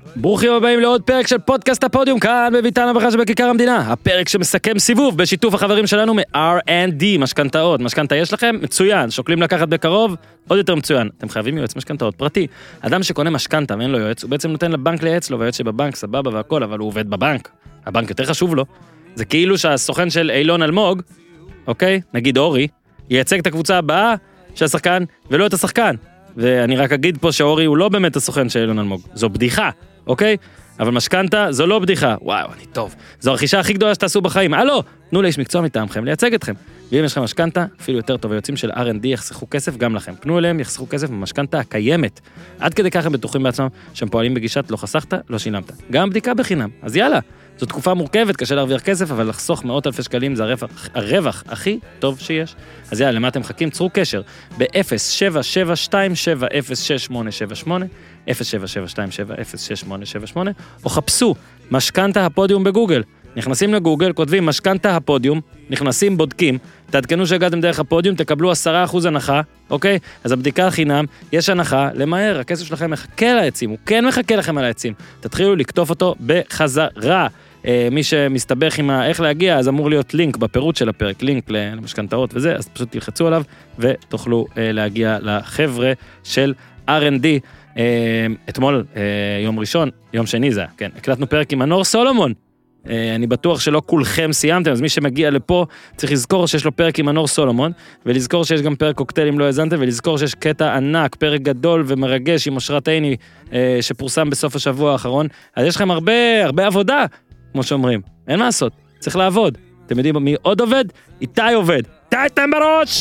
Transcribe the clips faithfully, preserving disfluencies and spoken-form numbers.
ברוכים הבאים לעוד פרק של פודקאסט הפודיום, כאן בביתן הברכה שבכיכר המדינה. הפרק שמסכם סיבוב בשיתוף החברים שלנו מ-אר אנד די, משכנתאות. משכנתה יש לכם? מצוין. שוקלים לקחת בקרוב? עוד יותר מצוין. אתם חייבים יועץ משכנתאות פרטי. אדם שקונה משכנתה ואין לו יועץ, הוא בעצם נותן לבנק לייעץ לו, ויועץ שבבנק סבבה והכל, אבל הוא עובד בבנק. הבנק יותר חשוב לו. זה כאילו שהסוכן של אילון אלמוג, אוקיי? נגיד אורי, ייצג את הקבוצה הבאה של השחקן ולא את השחקן. ואני רק אגיד פה שאורי הוא לא באמת הסוכן של אילון אלמוג. זו בדיחה. אוקיי? אבל משכנתה זו לא בדיחה. וואו, אני טוב. זו הרכישה הכי גדולה שתעשו בחיים. הלו, תנו לאיש מקצוע מטעמכם לייצג אתכם. ואם יש לכם משכנתה, אפילו יותר טוב, היוצאים של אר אנד די יחסכו כסף גם לכם. פנו אליהם, יחסכו כסף במשכנתה הקיימת. עד כדי כך הם בטוחים בעצמם שהם פועלים בגישת לא חסכת, לא שילמת. גם בדיקה בחינם. אז יאללה. זו תקופה מורכבת, קשה להרוויח כסף, אבל לחסוך מאות אלפי שקלים זה הרווח, הרווח הכי טוב שיש. אז יאללה, למה אתם מחכים? צרו קשר ב-אפס שבע שבע שתיים שבע אפס שש שמונה שבע שמונה, אפס שבע שבע שתיים שבע אפס שש שמונה שבע שמונה, או חפשו משכנתה הפודיום בגוגל. נכנסים לגוגל, כותבים משכנתה הפודיום, נכנסים, בודקים, תעדכנו שהגעתם דרך הפודיום, תקבלו עשרה אחוז הנחה, אוקיי? אז הבדיקה החינם, יש הנחה, למהר, הכסף שלכם מחכה על העצים, הוא כן מחכה לכם על העצים, תתחילו לקטוף אותו בחזרה. מי שמסתבך עם איך להגיע, אז אמור להיות לינק בפירוט של הפרק, לינק למשכנתאות וזה, אז פשוט תלחצו עליו ותוכלו להגיע לחבר'ה של אר אנד די. אתמול, יום ראשון, יום שני זה, כן, הקלטנו פרק עם מנור סולומון. אני בטוח שלא כולכם סיימתם, אז מי שמגיע לפה צריך לזכור שיש לו פרק עם מנור סולומון, ולזכור שיש גם פרק קוקטייל אם לא הזנתם, ולזכור שיש קטע ענק, פרק גדול ומרגש עם אושרת עיני, שפורסם בסוף השבוע האחרון. אז יש לכם הרבה, הרבה עבודה, כמו שאומרים. אין מה לעשות, צריך לעבוד. אתם יודעים מי עוד עובד? איתי עובד. איתי אתם בראש!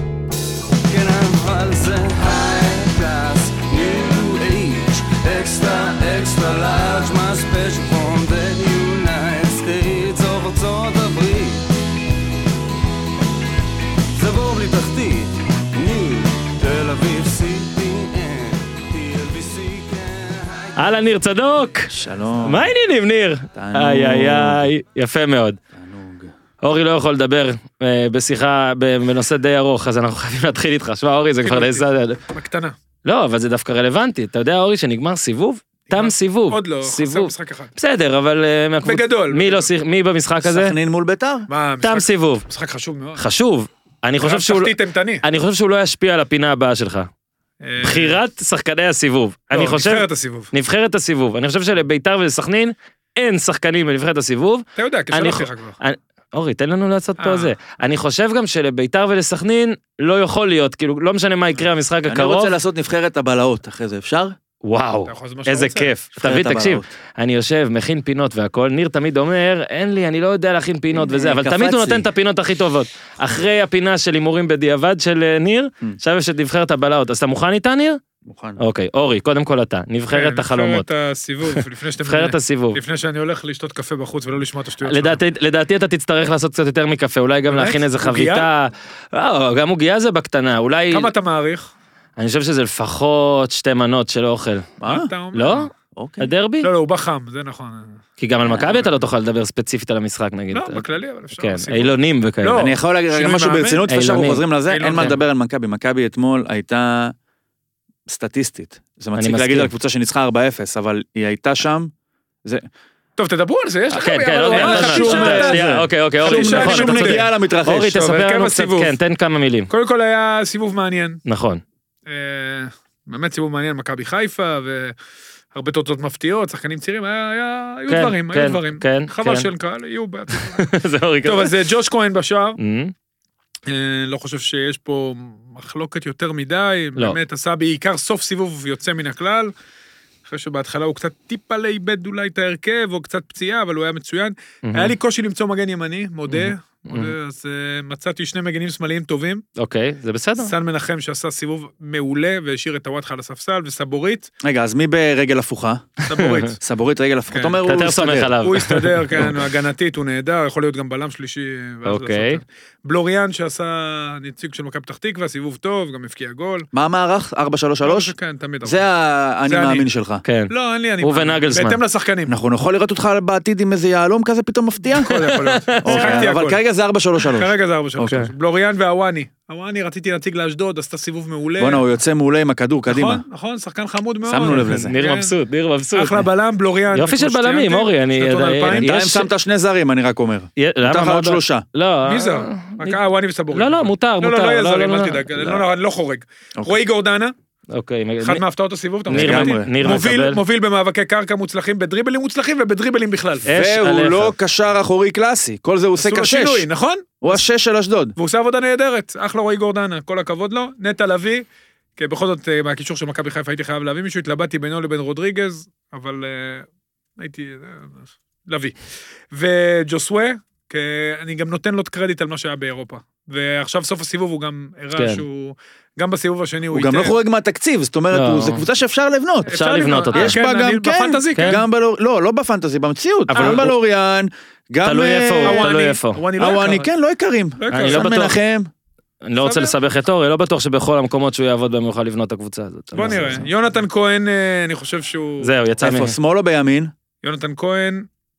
כן, אבל זה high class, new age, extra, extra large, my special from the United States of ארצות הברית. זה בור בלי תחתית, new, תל אביב, סי פי אן, טי אל בי סי, כן. הלאה, ניר צדוק! שלום. מה העניינים, ניר? תענוג. איי איי איי, יפה מאוד. תענוג. אורי לא יכול לדבר אה, בשיחה, בנושא די ארוך, אז אנחנו חייבים להתחיל איתך. שמע, אורי, זה כבר נעשה... בקטנה. לא, אבל זה דווקא רלוונטי. אתה יודע, אורי, שנגמר סיבוב? תם סיבוב. עוד לא, חסר משחק אחד. בסדר, אבל... בגדול. מי לא שיח... מי במשחק הזה? סכנין מול ביתר? מה, תם סיבוב. משחק חשוב מאוד. חשוב. אני חושב שהוא... תחתית אימתני. אני חושב שהוא לא ישפיע על הפינה הבאה שלך. בחירת שחקני הסיבוב. אני חושב... נבחרת הסיבוב. נבחרת הסיבוב. אני חושב שלביתר ולסכנין אין שחקנים בנבחרת הסיבוב. אתה יודע, כשלחתי לך כבר. אורי, תן לנו לעשות פה זה. אני חושב גם שלביתר ולסכנין לא יכול להיות, כאילו, לא משנה מה יקרה במשחק הקרוב. אני רוצה לעשות נבחרת הבלהות, אחרי זה אפשר? וואו, איזה כיף. תביא, תקשיב, אני יושב, מכין פינות והכל, ניר תמיד אומר, אין לי, אני לא יודע להכין פינות וזה, אבל תמיד הוא נותן את הפינות הכי טובות. אחרי הפינה של הימורים בדיעבד של ניר, עכשיו יש את נבחרת הבלהות. אז אתה מוכן איתה, ניר? מוכן. אוקיי, אורי, קודם כל אתה, נבחרת החלומות. נבחרת הסיבוב, לפני שאתם... נבחרת הסיבוב. לפני שאני הולך לשתות קפה בחוץ ולא לשמוע את השטויות שלך. לדעתי אתה תצטרך לעשות קצת יותר מקפה, אולי גם להכין איזה חביתה. גם עוגיה זה בקטנה, אולי... כמה אתה מעריך? אני חושב שזה לפחות שתי מנות של אוכל. מה אתה אומר? לא? הדרבי? לא, לא, הוא בא חם, זה נכון. כי גם על מכבי אתה לא תוכל לדבר ספציפית על המשחק, נגיד. לא, בכללי, אבל אפשר. כן, אילונים וכאלה. אני יכול להגיד גם משהו ברצינות, ושאנחנו חוזרים לזה, אין מה לדבר על מכבי. מכבי אתמול הייתה סטטיסטית. זה מציג להגיד על קבוצה שניצחה ארבע אפס, אבל היא הייתה שם, זה... טוב, תדברו על זה, יש לכם... כן, כן, אוקיי, אוקיי, אורי, נכון. שום נגיעה למתרחש. אורי, תספר לנו קצת, כן, תן כמה מילים. קודם כל היה סיבוב מעניין. נכון. באמת סיבוב מעניין, מכבי חיפה, והרבה תוצאות מפתיעות, שחקנים צעירים, היו דברים, היו דברים. חבל של קהל, יהיו בעצם. טוב, אז ג'וש כהן בשער. לא חושב שיש פה מחלוקת יותר מדי, באמת עשה בעיקר סוף סיבוב יוצא מן הכלל, אחרי שבהתחלה הוא קצת טיפה לאיבד אולי את ההרכב, או קצת פציעה, אבל הוא היה מצוין. היה לי קושי למצוא מגן ימני, מודה, אז מצאתי שני מגנים שמאליים טובים. אוקיי, זה בסדר. סן מנחם שעשה סיבוב מעולה, והשאיר את הוואטחה על הספסל, וסבורית. רגע, אז מי ברגל הפוכה? סבורית. סבורית רגל הפוכה. אתה אומר, הוא יסתדר. הוא יסתדר, כן, הגנתית, הוא נהדר, יכול להיות גם בלם שלישי. אוקיי. בלוריאן שעשה נציג של מכבי פתח תקווה, סיבוב טוב, גם הפקיע גול. מה המערך? ארבע שלוש שלוש? כן, תמיד. זה אני מאמין שלך. כן. לא, אין לי אני. הוא ונגלסמן. בהתאם לשחקנים. אנחנו נוכל לראות אותך בעתיד עם איזה יהלום כזה פתאום מפתיע? יכול להיות. אבל כרגע זה ארבע שלוש שלוש. כרגע זה ארבע שלוש שלוש. בלוריאן והוואני. הוואני רציתי להציג לאשדוד, עשתה סיבוב מעולה. בוא'נה, הוא יוצא מעולה עם הכדור, קדימה. נכון, נכון, שחקן חמוד מאוד. שמנו לב לזה. ניר מבסוט, ניר מבסוט. אחלה בלם, בלוריאן. יופי של בלמים, אורי, אני... בינתיים שמת שני זרים, אני רק אומר. מותר עוד שלושה. לא. מי זר? הוואני וסבורי. לא, לא, מותר, מותר. לא, לא, לא יהיה זרים, אל תדאג, אני לא חורג. רועי גורדנה. אוקיי. אחד מהפתעות הסיבוב, אתה ניר מוביל, מוביל במאבקי קרקע מוצלחים, בדריבלים מוצלחים ובדריבלים בכלל. והוא לא קשר אחורי קלאסי, כל זה הוא עושה כשש. נכון? הוא השש של אשדוד. והוא עושה עבודה נהדרת, אחלה רועי גורדנה, כל הכבוד לו. נטע לביא, כי בכל זאת מהקישור של מכבי חיפה הייתי חייב להביא מישהו, התלבטתי בינו לבין רודריגז, אבל הייתי לביא. וג'וסווה, אני גם נותן לו קרדיט על מה שהיה באירופה. ועכשיו סוף הסיבוב הוא גם הראה שהוא, גם בסיבוב השני הוא הוא גם לא חורג מהתקציב, זאת אומרת, זו קבוצה שאפשר לבנות. אפשר לבנות אותה. יש בה גם, בפנטזי, כן. לא, לא בפנטזי, במציאות. גם בלוריאן, גם... תלוי איפה, תלוי איפה. הוואני, כן, לא יקרים. אני לא בטוח. אני לא רוצה לסבך את אורי, לא בטוח שבכל המקומות שהוא יעבוד בהם הוא יוכל לבנות את הקבוצה הזאת. בוא נראה. יונתן כהן, אני חושב שהוא... זהו, יצא מ... איפה, שמאל או בימין? יונתן כהן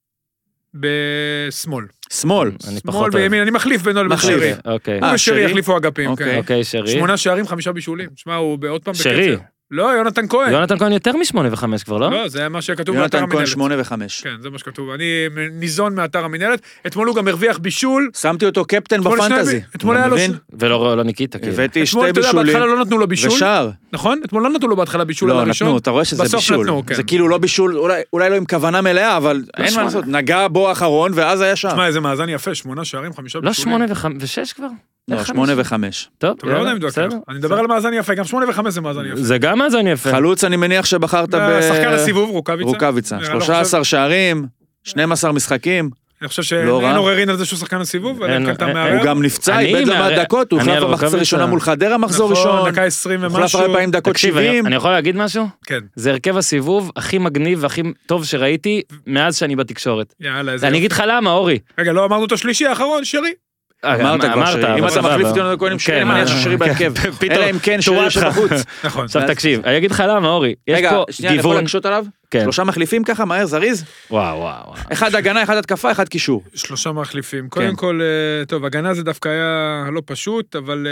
בשמאל. שמאל. שמאל בימין, אני מחליף בינו לבין שרי. אוקיי. הוא ושרי יחליפו אגפים. אוקיי, שרי. שמונה שערים, חמישה בישולים. שמע, הוא בעוד פעם בקצר. שרי. לא, יונתן כהן. יונתן כהן יותר משמונה וחמש כבר, לא? לא, זה מה שכתוב באתר המנהלת. יונתן כהן שמונה וחמש. כן, זה מה שכתוב. אני ניזון מאתר המנהלת. אתמול הוא גם הרוויח בישול. שמתי אותו קפטן בפנטזי. אתמול היה לו... ולא ניקיט. הבאתי שתי בישולים. בהתחלה לא נתנו לו בישול. ושער. נכון? אתמול לא נתנו לו בהתחלה בישול על הראשון. לא, נתנו, אתה רואה שזה בישול. זה כאילו לא בישול, אולי לא עם כוונה מלאה, אבל אין מה לעשות. נגע בו האחרון, ואז היה שער. תשמע, איזה מאזן יפה, שמונה שערים, חמישה בישולים. לא, שמונה ושש כבר? לא, שמונה וחמש. טוב, לא יודע אם דווקא. אני מדבר על מאזן יפה, גם שמונה וחמש זה מאזן יפה. זה גם מאזן יפה. חלוץ אני מניח שבחרת ב... שחקן הסיבוב, רוקאביצה. רוקאביצה, שלושה עשר שערים, שנים עשר משחקים. אני חושב שאין עוררין על זה שהוא שחקן הסיבוב, הוא גם נפצע, איבד לא מעט דקות, הוא החלף במחצית ראשונה מול חדרה מחזור ראשון. דקה עשרים ומשהו. החלף הרבה פעמים דקות שבעים. אני יכול להגיד משהו? כן. זה הרכב הסיבוב הכי מגניב והכי טוב שראיתי מאז שאני בתקשורת. יאללה, איזה... אני אגיד לך למה, אורי. רגע, לא אמרנו את השלישי האחרון, שרי. אמרת כבר שרי, אם אתה מחליף את יונתן כהן עם שרי, אני מניח ששרי בהרכב. אלא אם כן שרי שבחוץ. נכון. עכשיו תקשיב, אני אגיד לך למה, אורי. רגע, שנייה, אני יכול להקשות עליו? שלושה מחליפים ככה, מהר, זריז? וואו, וואו. אחד הגנה, אחד התקפה, אחד קישור. שלושה מחליפים. קודם כל, טוב, הגנה זה דווקא היה לא פשוט, אבל...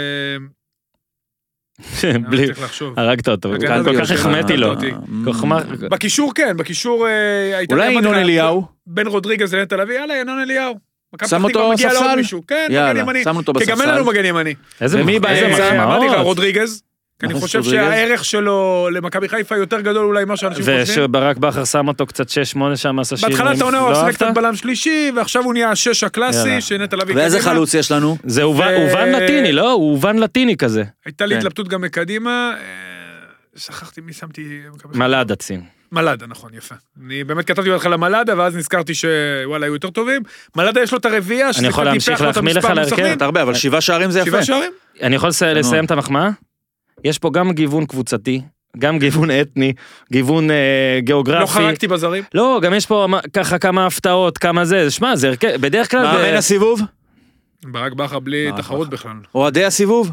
בלי, הרגת אותו, כל כך החמאתי לו. בקישור כן, בקישור... אולי ינון אליהו? בין רודריגז לנטע לביא, יאללה, ינון אליהו. שם אותו ספסל? כן, יאללה, שם אותו בספסל. כי גם אין לנו מגן ימני. ומי באמצע? אמרתי לך, רודריגז. כי אני חושב שהערך שלו למכבי חיפה יותר גדול אולי מה שאנשים חושבים. ושברק בכר שם אותו קצת שש שמונה שם עשה שירים. בהתחלת העונה הוא עשה קצת בלם שלישי, ועכשיו הוא נהיה השש הקלאסי, שנטע לביא קדימה. ואיזה חלוץ יש לנו? זה אובן לטיני, לא? הוא אובן לטיני כזה. הייתה לי התלבטות גם מקדימה, שכחתי מי שמתי... מלאדה צין. מלאדה, נכון, יפה. אני באמת כתבתי בהתחלה מלאדה, ואז נזכרתי שוואלה, היו יותר טובים. מלאדה יש לו את הרביעייה, אני יכול להמשיך להחמיא לך להרכב. הרבה, אבל שבעה שערים זה יפה. שבעה שערים? אני יכול לסיים את המחמאה? יש פה גם גיוון קבוצתי, גם גיוון אתני, גיוון אה, גיאוגרפי. לא חרקתי בזרים? לא, גם יש פה ככה כמה הפתעות, כמה זה, שמע, זה בדרך כלל... מה, בין הסיבוב? ברק בכר בלי תחרות בכלל. אוהדי הסיבוב?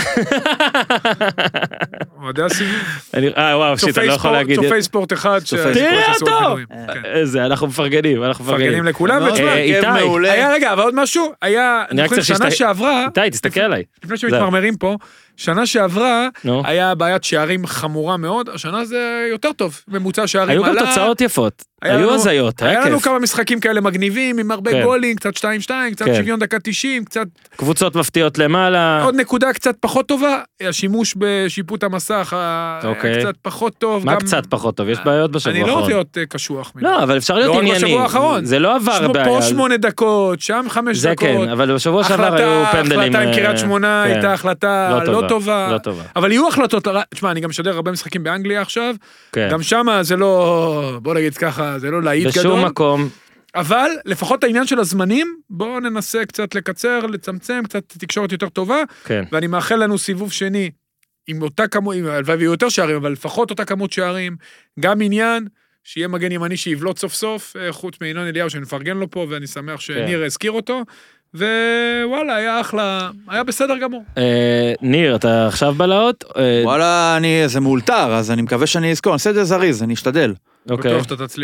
אוהדי הסיבוב. אה, וואו, שיט, אני לא יכול להגיד. צופי ספורט אחד. תראה אותו! איזה, אנחנו מפרגנים, אנחנו מפרגנים. מפרגנים לכולם, איתי. היה רגע, אבל עוד משהו, היה, אני חושב שנה שעברה... איתי, תסתכל עליי. לפני שמתמרמרים פה, שנה שעברה היה בעיית שערים חמורה מאוד, השנה זה יותר טוב, ממוצע שערים עלה. היו גם תוצאות יפות, היו הזיות, היה כיף. היה לנו כמה משחקים כאלה מגניבים, עם הרבה גולים, קצת שתיים שתיים, קצת שוויון דקה תשעים, קצת... קבוצות מפתיעות למעלה. עוד נקודה קצת פחות טובה, השימוש בשיפוט המסך, קצת פחות טוב. מה קצת פחות טוב? יש בעיות בשבוע האחרון. אני לא רוצה להיות קשוח. לא, אבל אפשר להיות ענייני. זה לא עבר בעיה. פה שמונה דקות, שם חמש דקות. זה כן, אבל בשבוע שעבר היו פנדלים. החלטה עם קריית שמונה הייתה החלטה לא טובה. אבל יהיו החלטות, תשמע, אני גם משדר הרבה משחקים באנגליה עכשיו, גם שם זה לא, בוא נגיד ככה, זה לא להיט גדול. בשום מקום. אבל לפחות העניין של הזמנים, בואו ננסה קצת לקצר, לצמצם, קצת תקשורת יותר טובה, ואני מאחל לנו סיבוב שני, עם אותה כמות, הלוואי ויהיו יותר שערים, אבל לפחות אותה כמות שערים, גם עניין, שיהיה מגן ימני שיבלוט סוף סוף, חוץ מינון אליהו שנפרגן לו פה, ואני שמח שניר הזכיר אותו, ווואלה, היה אחלה, היה בסדר גמור. ניר, אתה עכשיו בלהות? וואלה, זה מאולתר, אז אני מקווה שאני אזכור, אני אעשה את זה זריז, אני אשתדל. בטוח שאתה תצליח.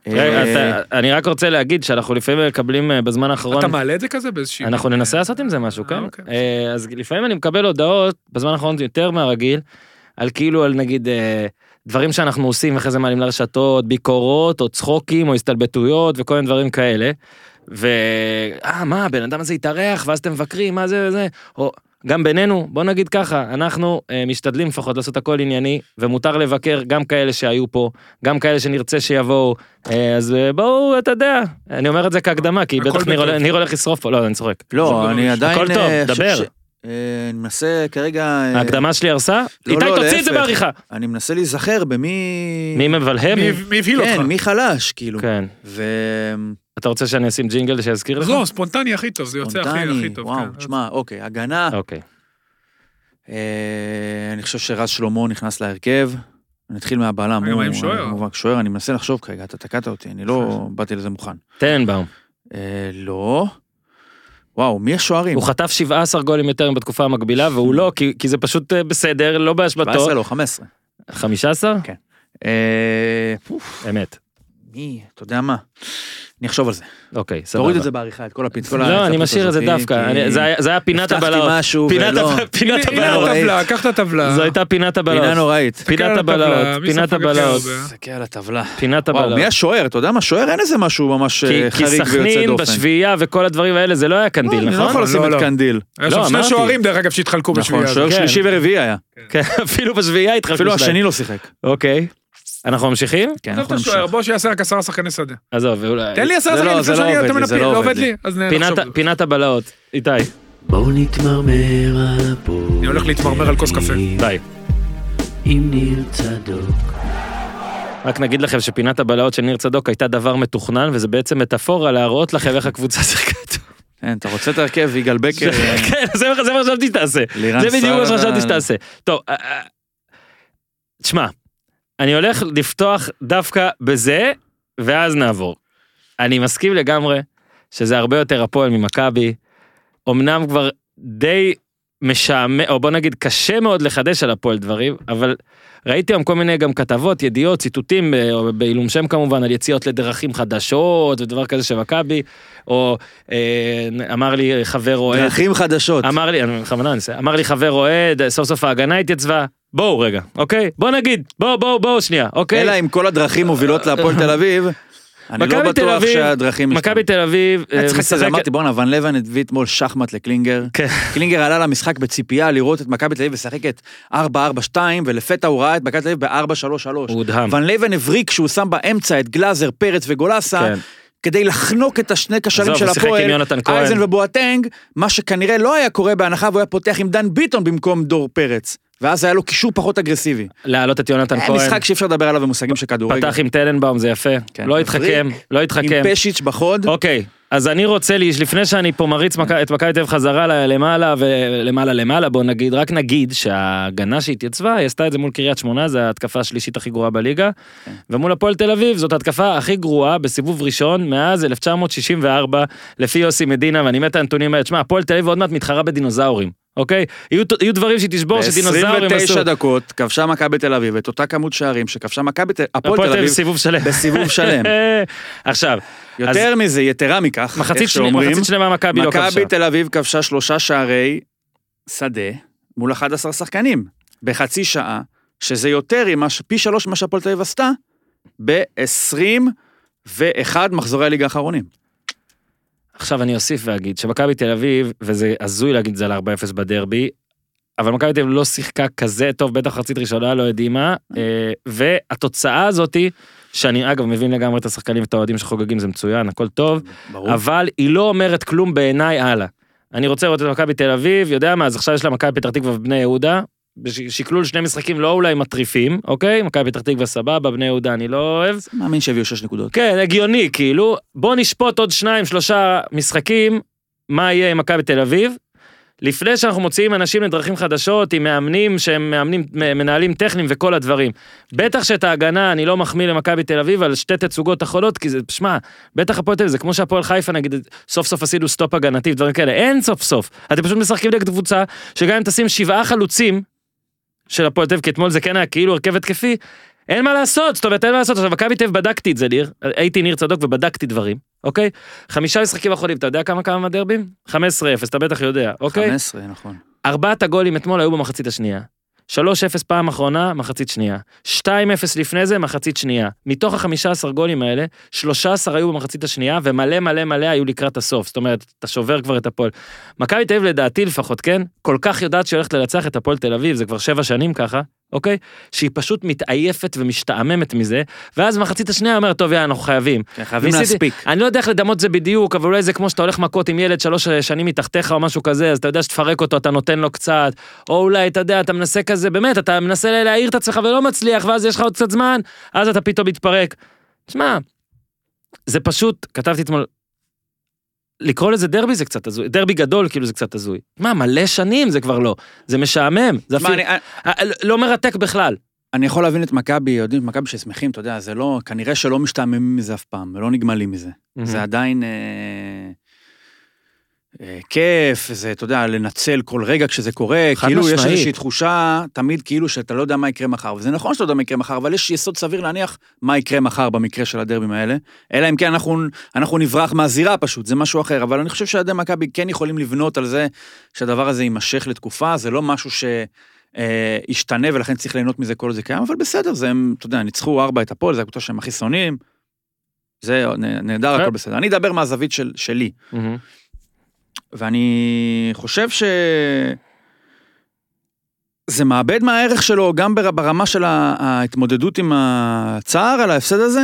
אני רק רוצה להגיד שאנחנו לפעמים מקבלים בזמן האחרון... אתה מעלה את זה כזה באיזושהי... אנחנו ננסה לעשות עם זה משהו, כן? אז לפעמים אני מקבל הודעות, בזמן האחרון יותר מהרגיל, על כאילו, על נגיד, דברים שאנחנו עושים, ואחרי זה מעלים לרשתות, ביקורות, או צחוקים, או הסתלבטויות, וכל מיני דברים כאלה. ו... אה, מה, בן אדם הזה יתארח, ואז אתם מבקרים, מה זה וזה? או... גם בינינו, בוא נגיד ככה, אנחנו אה, משתדלים לפחות לעשות הכל ענייני, ומותר לבקר גם כאלה שהיו פה, גם כאלה שנרצה שיבואו, אה, אז בואו, אתה יודע, אני אומר את זה כהקדמה, כי בטח ניר, ניר הולך לשרוף פה, לא, אני צוחק. לא, אני עדיין... הכל טוב, דבר. ש... אני מנסה כרגע... ההקדמה שלי הרסה? לא, איתי, לא, תוציא להפך. את זה בעריכה. אני מנסה להיזכר במי... מי מבלהם? מי, מי הבהיל אותך? כן, מי חלש, כאילו. כן. ו... אתה רוצה שאני אשים ג'ינגל שיזכיר לך? לא, ספונטני הכי טוב, זה יוצא הכי, הכי טוב. וואו, כן. תשמע, אוקיי, הגנה. אוקיי. אני חושב שרז שלמה נכנס להרכב, אני אתחיל מהבלם. מה עם שוער? שוער, אני מנסה לחשוב כרגע, אתה תקעת אותי, אני לא באתי לזה מוכן. טננבאום. לא. וואו, מי השוערים? הוא חטף שבעה עשר גולים יותר בתקופה המקבילה, והוא לא, כי זה פשוט בסדר, לא באשמתו. שבע עשרה לא, חמש עשרה. חמש עשרה? כן. אמת. מי, אתה יודע מה? אני אחשוב על זה. אוקיי, סבבה. תוריד את זה בעריכה, את כל הפיצול. לא, אני משאיר את זה דווקא. זה היה פינת הבלעות. הבטחתי משהו ולא. פינת הנה הבלעות. הטבלה, קח את הטבלה. זו הייתה פינת הבלעות. פינה נוראית. פינת הבלעות. פינת הבלעות. תסתכל על הטבלה. פינת וואו, הבלעות. מי השוער? אתה יודע מה? שוער אין איזה משהו ממש חריג ויוצא דופן. כי סכנין בשביעייה וכל הדברים האלה, זה לא היה קנדיל, אני לא נכון? יכול לשים את קנדיל. יש שם שני שוערים דרך אגב שהתחלקו בשביעייה. נכון, שוער שלישי ורביעי היה. אפילו בשביעייה התחלקו. אפילו השני לא שיחק. אוקיי. אנחנו ממשיכים? כן, אנחנו נמשיך. בוא שיעשה רק עשרה שחקני שדה. עזוב, אולי... תן לי עשרה שחקנים לפני שאני אתם מנפיל, לא עובד לי. אז נחשוב. פינת הבלעות, איתי. בואו נתמרמר על הפועל. אני הולך להתמרמר על כוס קפה. די. עם ניר צדוק. רק נגיד לכם שפינת הבלעות של ניר צדוק הייתה דבר מתוכנן, וזה בעצם מטאפורה להראות לכם איך הקבוצה שיחקת. כן, אתה רוצה את הרכב, יגאל בקר. כן, זה מה חשבתי שתעשה. זה בדיוק מה שחשבתי שתעשה. טוב, תשמע, אני הולך לפתוח דווקא בזה, ואז נעבור. אני מסכים לגמרי שזה הרבה יותר הפועל ממכבי, אמנם כבר די משעמם, או בוא נגיד קשה מאוד לחדש על הפועל דברים, אבל ראיתי היום כל מיני גם כתבות, ידיעות, ציטוטים, או בעילום שם כמובן, על יציאות לדרכים חדשות, ודבר כזה של מכבי, או אה, אמר לי חבר אוהד... דרכים חדשות. אמר לי, אני בכוונה אנסה, אמר לי חבר אוהד, סוף סוף ההגנה התייצבה, בואו רגע, אוקיי? בוא נגיד, בואו, בואו, בואו שנייה, אוקיי? אלא אם כל הדרכים מובילות להפועל תל אביב, אני לא בטוח שהדרכים... מכבי תל אביב... אמרתי, בוא נבן לבן הביא אתמול שחמט לקלינגר. קלינגר עלה למשחק בציפייה לראות את מכבי תל אביב ושחקת ארבע ארבע שתיים, ולפתע הוא ראה את מכבי תל אביב ב-ארבע שלוש שלוש. הוא הודהם. ון לבן הבריק כשהוא שם באמצע את גלאזר, פרץ וגולסה, כדי לחנוק את השני קשרים של הפועל, אייזן ובואטנג, מה שכנראה לא היה קורה בהנחה, והוא היה פותח עם דן ביטון במקום דור פרץ. ואז היה לו קישור פחות אגרסיבי. להעלות את יונתן כהן. משחק שאי אפשר לדבר עליו במושגים של כדורגל. פתח עם טננבאום, זה יפה. לא התחכם, לא התחכם. עם פשיץ' בחוד. אוקיי, אז אני רוצה, לפני שאני פה מריץ את מכבי תל אביב חזרה למעלה ולמעלה למעלה, בוא נגיד, רק נגיד שההגנה שהתייצבה, היא עשתה את זה מול קריית שמונה, זו ההתקפה השלישית הכי גרועה בליגה, ומול הפועל תל אביב, זאת ההתקפה הכי גרועה בסיבוב ראשון, מאז אלף תשע מאות שישים וארבע, לפי יוסי מדינה, ואני מת הנתונים האלה, תשמע, הפועל תל אביב עוד מעט מתחרה בדינוזאורים. אוקיי? יהיו דברים שתשבור שדינוזאורים עשו. ב-עשרים ותשע דקות כבשה מכבי תל אביב, את אותה כמות שערים שכבשה מכבי תל אביב, הפועל תל אביב בסיבוב שלם. בסיבוב שלם. עכשיו. יותר מזה, יתרה מכך, מחצית שלמה מכבי לא כבשה. מכבי תל אביב כבשה שלושה שערי שדה מול אחד עשר שחקנים, בחצי שעה, שזה יותר פי שלוש מה שהפועל תל אביב עשתה, ב-עשרים ואחד מחזורי הליגה האחרונים. עכשיו אני אוסיף ואגיד שמכבי תל אביב, וזה הזוי להגיד זה על ארבע אפס בדרבי, אבל מכבי תל אביב לא שיחקה כזה טוב, בטח חצית ראשונה, לא יודעים מה, והתוצאה הזאת, שאני אגב מבין לגמרי את השחקנים ואת האוהדים שחוגגים, זה מצוין, הכל טוב, אבל היא לא אומרת כלום בעיניי הלאה. אני רוצה לראות את מכבי תל אביב, יודע מה, אז עכשיו יש לה מכבי פתח תקווה ובני יהודה, בשקלול שני משחקים לא אולי מטריפים, אוקיי? מכבי פתח תקווה סבבה, בני יהודה אני לא אוהב. מאמין שהביאו שש נקודות. כן, הגיוני, כאילו, בוא נשפוט עוד שניים, שלושה משחקים, מה יהיה עם מכבי תל אביב, לפני שאנחנו מוציאים אנשים לדרכים חדשות, עם מאמנים שהם מאמנים, מנהלים טכניים וכל הדברים. בטח שאת ההגנה, אני לא מחמיא למכבי תל אביב, על שתי תצוגות אחרות, כי זה, שמה, בטח הפועל תל אביב, זה כמו שהפועל חיפה, נגיד, סוף סוף עשינו סטופ הגנתי, דברים כאלה, אין סוף סוף. אתם פשוט משחקים נגד קבוצה, שגם אם תשים שבעה חלוצים, של הפועל תל אביב, כי אתמול זה כן היה כאילו הרכב התקפי, אין מה לעשות, זאת אומרת, אין מה לעשות, עכשיו, מכבי תל אביב בדקתי את זה, ניר, הייתי ניר צדוק ובדקתי דברים, אוקיי? חמישה משחקים אחרונים, אתה יודע כמה כמה דרבים? חמש עשרה אפס, אתה בטח יודע, אוקיי? חמש עשרה, נכון. ארבעת הגולים אתמול היו במחצית השנייה. שלוש אפס פעם אחרונה, מחצית שנייה. שתיים אפס לפני זה, מחצית שנייה. מתוך ה-חמישה עשר גולים האלה, שלושה עשר היו במחצית השנייה, ומלא מלא מלא היו לקראת הסוף. זאת אומרת, אתה שובר כבר את הפועל. מכבי תל אביב לדעתי לפחות, כן? כל כך יודעת שהיא הולכת לנצח את הפועל תל אביב, זה כבר שבע שנים ככה, אוקיי? שהיא פשוט מתעייפת ומשתעממת מזה, ואז מחצית השנייה אומרת, טוב, יאללה, אנחנו חייבים. כן, חייבים להספיק. אני לא יודע איך לדמות זה בדיוק, אבל אולי זה כמו שאתה הולך מכות עם ילד שלוש שנים מתחתיך או משהו כזה, אז אתה יודע שתפרק אותו, אתה נותן לו קצת, או אולי, אתה יודע, אתה מנסה כזה, באמת, אתה מנסה להעיר את עצמך ולא מצליח, ואז יש לך עוד קצת זמן, אז אתה פתאום מתפרק. תשמע, זה פשוט, כתבתי אתמול, לקרוא לזה דרבי זה קצת הזוי, דרבי גדול כאילו זה קצת הזוי. מה, מלא שנים זה כבר לא, זה משעמם, זה אפילו, לא מרתק בכלל. אני יכול להבין את מכבי, יודעים, מכבי ששמחים, אתה יודע, זה לא, כנראה שלא משתעממים מזה אף פעם, ולא נגמלים מזה. זה עדיין כיף, זה, אתה יודע, לנצל כל רגע כשזה קורה, כאילו יש איזושהי תחושה, תמיד כאילו שאתה לא יודע מה יקרה מחר, וזה נכון שאתה לא יודע מה יקרה מחר, אבל יש יסוד סביר להניח מה יקרה מחר במקרה של הדרבים האלה, אלא אם כן אנחנו, אנחנו נברח מהזירה פשוט, זה משהו אחר, אבל אני חושב שעדי מכבי כן יכולים לבנות על זה, שהדבר הזה יימשך לתקופה, זה לא משהו שישתנה, ולכן צריך ליהנות מזה כל זה קיים, אבל בסדר, זה הם, אתה יודע, ניצחו ארבע את הפועל, זה הקבוצה שהם הכי שונאים, זה נהדר, הכל בסדר. אני אדבר מהזווית של, שלי. ואני חושב ש... זה מאבד מהערך שלו, גם ברמה של ההתמודדות עם הצער על ההפסד הזה.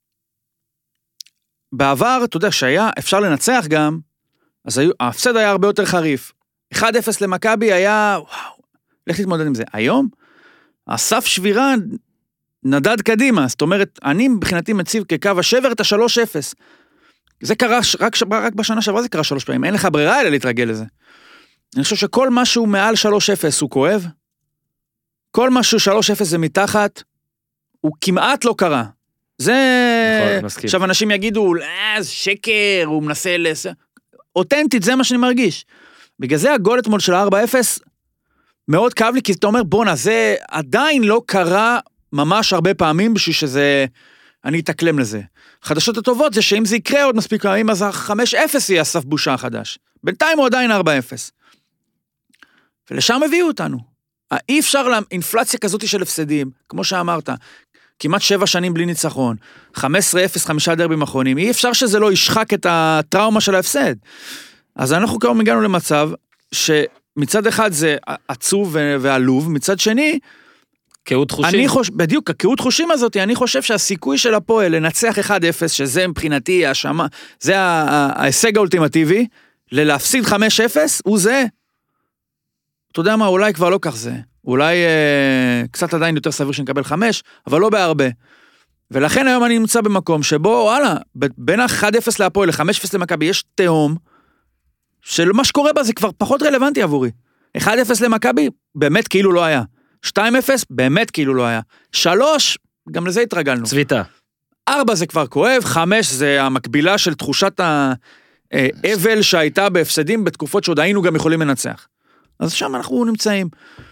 בעבר, אתה יודע, שהיה אפשר לנצח גם, אז ההפסד היה הרבה יותר חריף. אחד אפס למכבי היה, וואו, לך להתמודד עם זה. היום, הסף שבירה נדד קדימה, זאת אומרת, אני מבחינתי מציב כקו השבר את ה-שלוש אפס. זה קרה, רק, רק בשנה שעברה זה קרה שלוש פעמים, אין לך ברירה אלא להתרגל לזה. אני חושב שכל משהו מעל שלוש אפס הוא כואב, כל משהו שלוש אפס זה מתחת, הוא כמעט לא קרה. זה... נכון, עכשיו אנשים יגידו, אה, זה שקר, הוא מנסה לס... אותנטית, זה מה שאני מרגיש. בגלל זה הגול אתמול של ה-ארבע אפס, מאוד כאב לי, כי אתה אומר, בונה, זה עדיין לא קרה ממש הרבה פעמים, בשביל שזה... אני אתקלם לזה. חדשות הטובות זה שאם זה יקרה עוד מספיק פעמים, אז ה-חמש אפס יהיה אסף בושה החדש. בינתיים הוא עדיין ארבע אפס. ולשם הביאו אותנו. אי אפשר לאינפלציה כזאת של הפסדים, כמו שאמרת, כמעט שבע שנים בלי ניצחון, חמש עשרה אפס, חמישה דרבים אחרונים, אי אפשר שזה לא ישחק את הטראומה של ההפסד. אז אנחנו כבר הגענו למצב, שמצד אחד זה עצוב ועלוב, מצד שני, קהות חושים. אני חוש... בדיוק, הקהות חושים הזאת, אני חושב שהסיכוי של הפועל לנצח אחד אפס, שזה מבחינתי השמה, זה ההישג האולטימטיבי, ללהפסיד חמש אפס, הוא זה. אתה יודע מה, אולי כבר לא כך זה. אולי אה, קצת עדיין יותר סביר שנקבל חמש, אבל לא בהרבה. ולכן היום אני נמצא במקום שבו, וואלה, בין ה-אחד אפס להפועל, ל-חמש אפס למכבי, יש תהום, של מה שקורה בה זה כבר פחות רלוונטי עבורי. אחד אפס למכבי, באמת כאילו לא היה. שתיים אפס, באמת כאילו לא היה. שלוש, גם לזה התרגלנו. צביטה. ארבע זה כבר כואב, חמש זה המקבילה של תחושת האבל שהייתה בהפסדים בתקופות שעוד היינו גם יכולים לנצח. אז שם אנחנו נמצאים.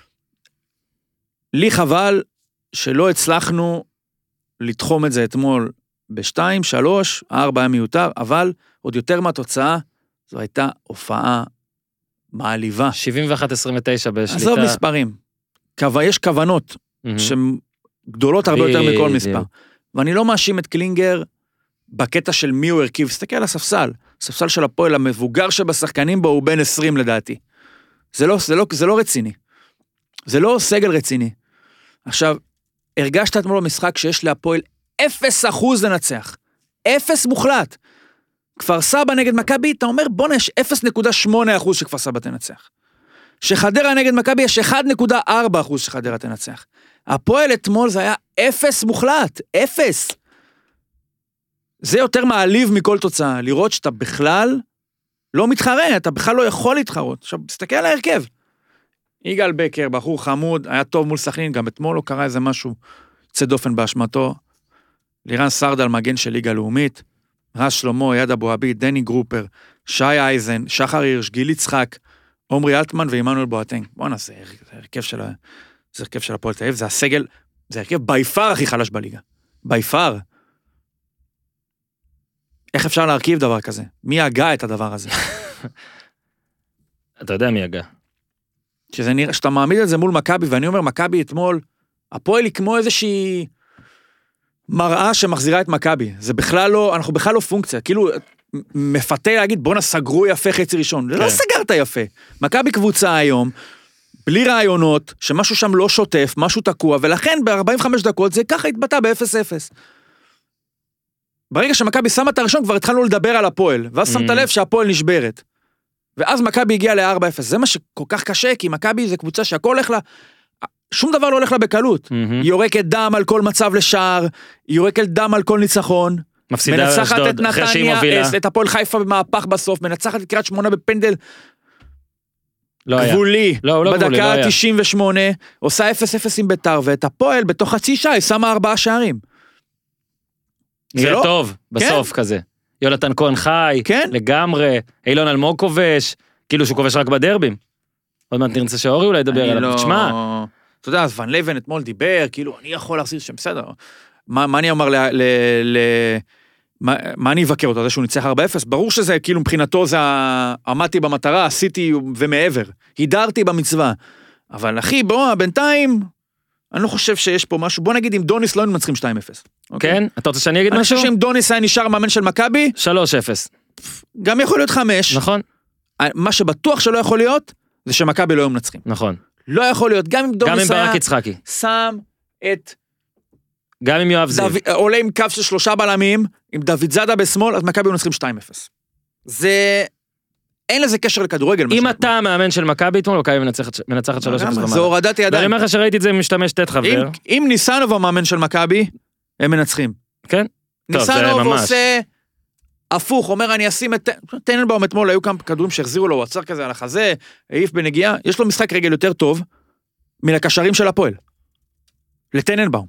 לי חבל שלא הצלחנו לתחום את זה אתמול בשתיים, שלוש, ארבע היה מיותר, אבל עוד יותר מהתוצאה, זו הייתה הופעה מעליבה. שבעים ואחת עשרים ותשע בשליטה. עזוב מספרים. יש כוונות שהן גדולות הרבה יותר מכל מספר. ואני לא מאשים את קלינגר בקטע של מי הוא הרכיב. סתכל על הספסל. הספסל של הפועל המבוגר שבשחקנים בו הוא בין עשרים לדעתי. זה לא, זה לא, זה לא רציני. זה לא סגל רציני. עכשיו, הרגשת אתמול במשחק שיש להפועל אפס אחוז לנצח. אפס מוחלט. כפר סבא נגד מכבי, אתה אומר, בוא נש אפס נקודה שמונה אחוז שכפר סבא תנצח. שחדרה נגד מכבי יש אחד נקודה ארבע אחוז שחדרה תנצח. הפועל אתמול זה היה אפס מוחלט, אפס. זה יותר מעליב מכל תוצאה, לראות שאתה בכלל לא מתחרה, אתה בכלל לא יכול להתחרות. עכשיו, תסתכל על ההרכב. יגאל בקר, בחור חמוד, היה טוב מול סכנין, גם אתמול לא קרה איזה משהו, צא דופן באשמתו. לירן סרדל, מגן של ליגה לאומית, רז שלמה, יד אבו עביד, דני גרופר, שי אייזן, שחר הירש, גיל יצחק, עומרי אלטמן ואימנואל בואטנג. בוא נעשה, זה הרכב של, זה הרכב של הפועל תל אביב, זה הסגל זה הרכב ביפר הכי חלש בליגה. ביפר. איך אפשר להרכיב דבר כזה? מי הגה את הדבר הזה? אתה יודע מי הגה. שזה נראה, שאתה מעמיד את זה מול מכבי, ואני אומר, מכבי אתמול, הפועל היא כמו איזושהי מראה שמחזירה את מכבי. זה בכלל לא, אנחנו בכלל לא פונקציה. כאילו, מפתה להגיד, בוא נסגרו יפה חצי ראשון. כן. לא סגרת יפה. מכבי קבוצה היום, בלי רעיונות, שמשהו שם לא שוטף, משהו תקוע, ולכן ב-ארבעים וחמש דקות זה ככה התבטא ב-אפס אפס. ברגע שמכבי שמה את הראשון, כבר התחלנו לדבר על הפועל, ואז שמת לב שהפועל נשברת. ואז מכבי הגיעה ל-ארבע אפס. זה מה שכל כך קשה, כי מכבי זה קבוצה שהכל הולך לה, שום דבר לא הולך לה בקלות. היא יורקת דם על כל מצב לשער, היא יורקת דם על כל ניצחון, מפסידה אשדוד, אחרי שהיא מובילה. את הפועל חיפה במהפך בסוף, מנצחת את קריית שמונה בפנדל, לא גבולי, לא, לא בדקה גבולי, לא תשעים ושמונה, עושה אפס אפס עם ביתר, ואת הפועל בתוך חצי שעה, היא שמה ארבעה שערים. נראה לא? טוב, בסוף כן? כזה. יונתן כהן חי, כן? לגמרי, אילון אלמוג כובש, כאילו שהוא כובש רק בדרבים. עוד מעט נרצה שאורי אולי ידבר עליו, לא... תשמע. אתה יודע, אז ון לייבן אתמול דיבר, כאילו, אני יכול להחזיר שם, בסדר. מה, מה אני אומר ל... ל, ל מה, מה אני אבקר אותו? זה שהוא ניצח ארבע אפס? ברור שזה, כאילו, מבחינתו זה עמדתי במטרה, עשיתי ומעבר. הידרתי במצווה. אבל אחי, בוא, בינתיים, אני לא חושב שיש פה משהו. בוא נגיד, אם דוניס לא היינו מנצחים שתיים אפס. כן? אתה רוצה שאני אגיד משהו? משהו? אני חושב שאם דוניס היה נשאר מאמן של מכבי, שלוש אפס. גם יכול להיות חמש. נכון. מה שבטוח שלא יכול להיות, זה שמכבי לא היו מנצחים. נכון. לא יכול להיות, גם אם דוניס היה... גם עם ברק יצחקי. שם את... גם עם יואב זיו. עולה עם קו של שלושה בלמים, עם דוד זאדה בשמאל, אז מכבי מנצחים שתיים אפס. זה... אין לזה קשר לכדורגל. אם אתה מאמן של מכבי, אתמול מכבי מנצחת שלוש אפס במעלה. זה הורדת ידיים. ואני אומר לך שראיתי את זה משתמש תת חבר. אם ניסנוב המאמן של מכבי, הם מנצחים. כן? ניסנוב עושה הפוך, אומר אני אשים את... טננבאום אתמול, היו כמה כדורים שהחזירו לו, הוא עצר כזה על החזה, העיף בנגיעה, יש לו משחק רגל יותר טוב, מן הקשרים של הפועל. לטננבאום.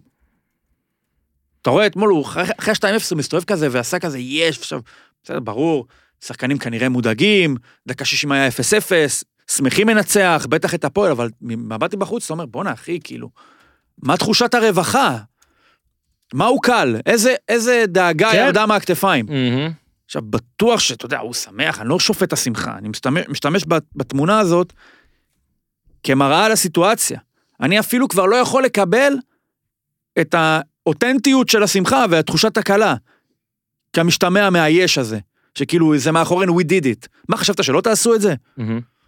אתה רואה אתמול, הוא אחרי שתיים אפס הוא מסתובב כזה, ועשה כזה, יש, עכשיו, בסדר, ברור, שחקנים כנראה מודאגים, דקה שישים היה אפס אפס, שמחים מנצח, בטח את הפועל, אבל מבטי בחוץ, אתה אומר, בוא נאחי, כאילו, מה תחושת הרווחה? מה הוא קל? איזה, איזה דאגה כן. ירדה מהכתפיים? Mm-hmm. עכשיו, בטוח שאתה יודע, הוא שמח, אני לא שופט את השמחה, אני משתמש, משתמש בתמונה הזאת, כמראה על הסיטואציה. אני אפילו כבר לא יכול לקבל את האותנטיות של השמחה, והתחושת הקלה, כמשתמע מהיש הזה, שכאילו זה מאחורינו, we did it. מה חשבת, שלא תעשו את זה? Mm-hmm.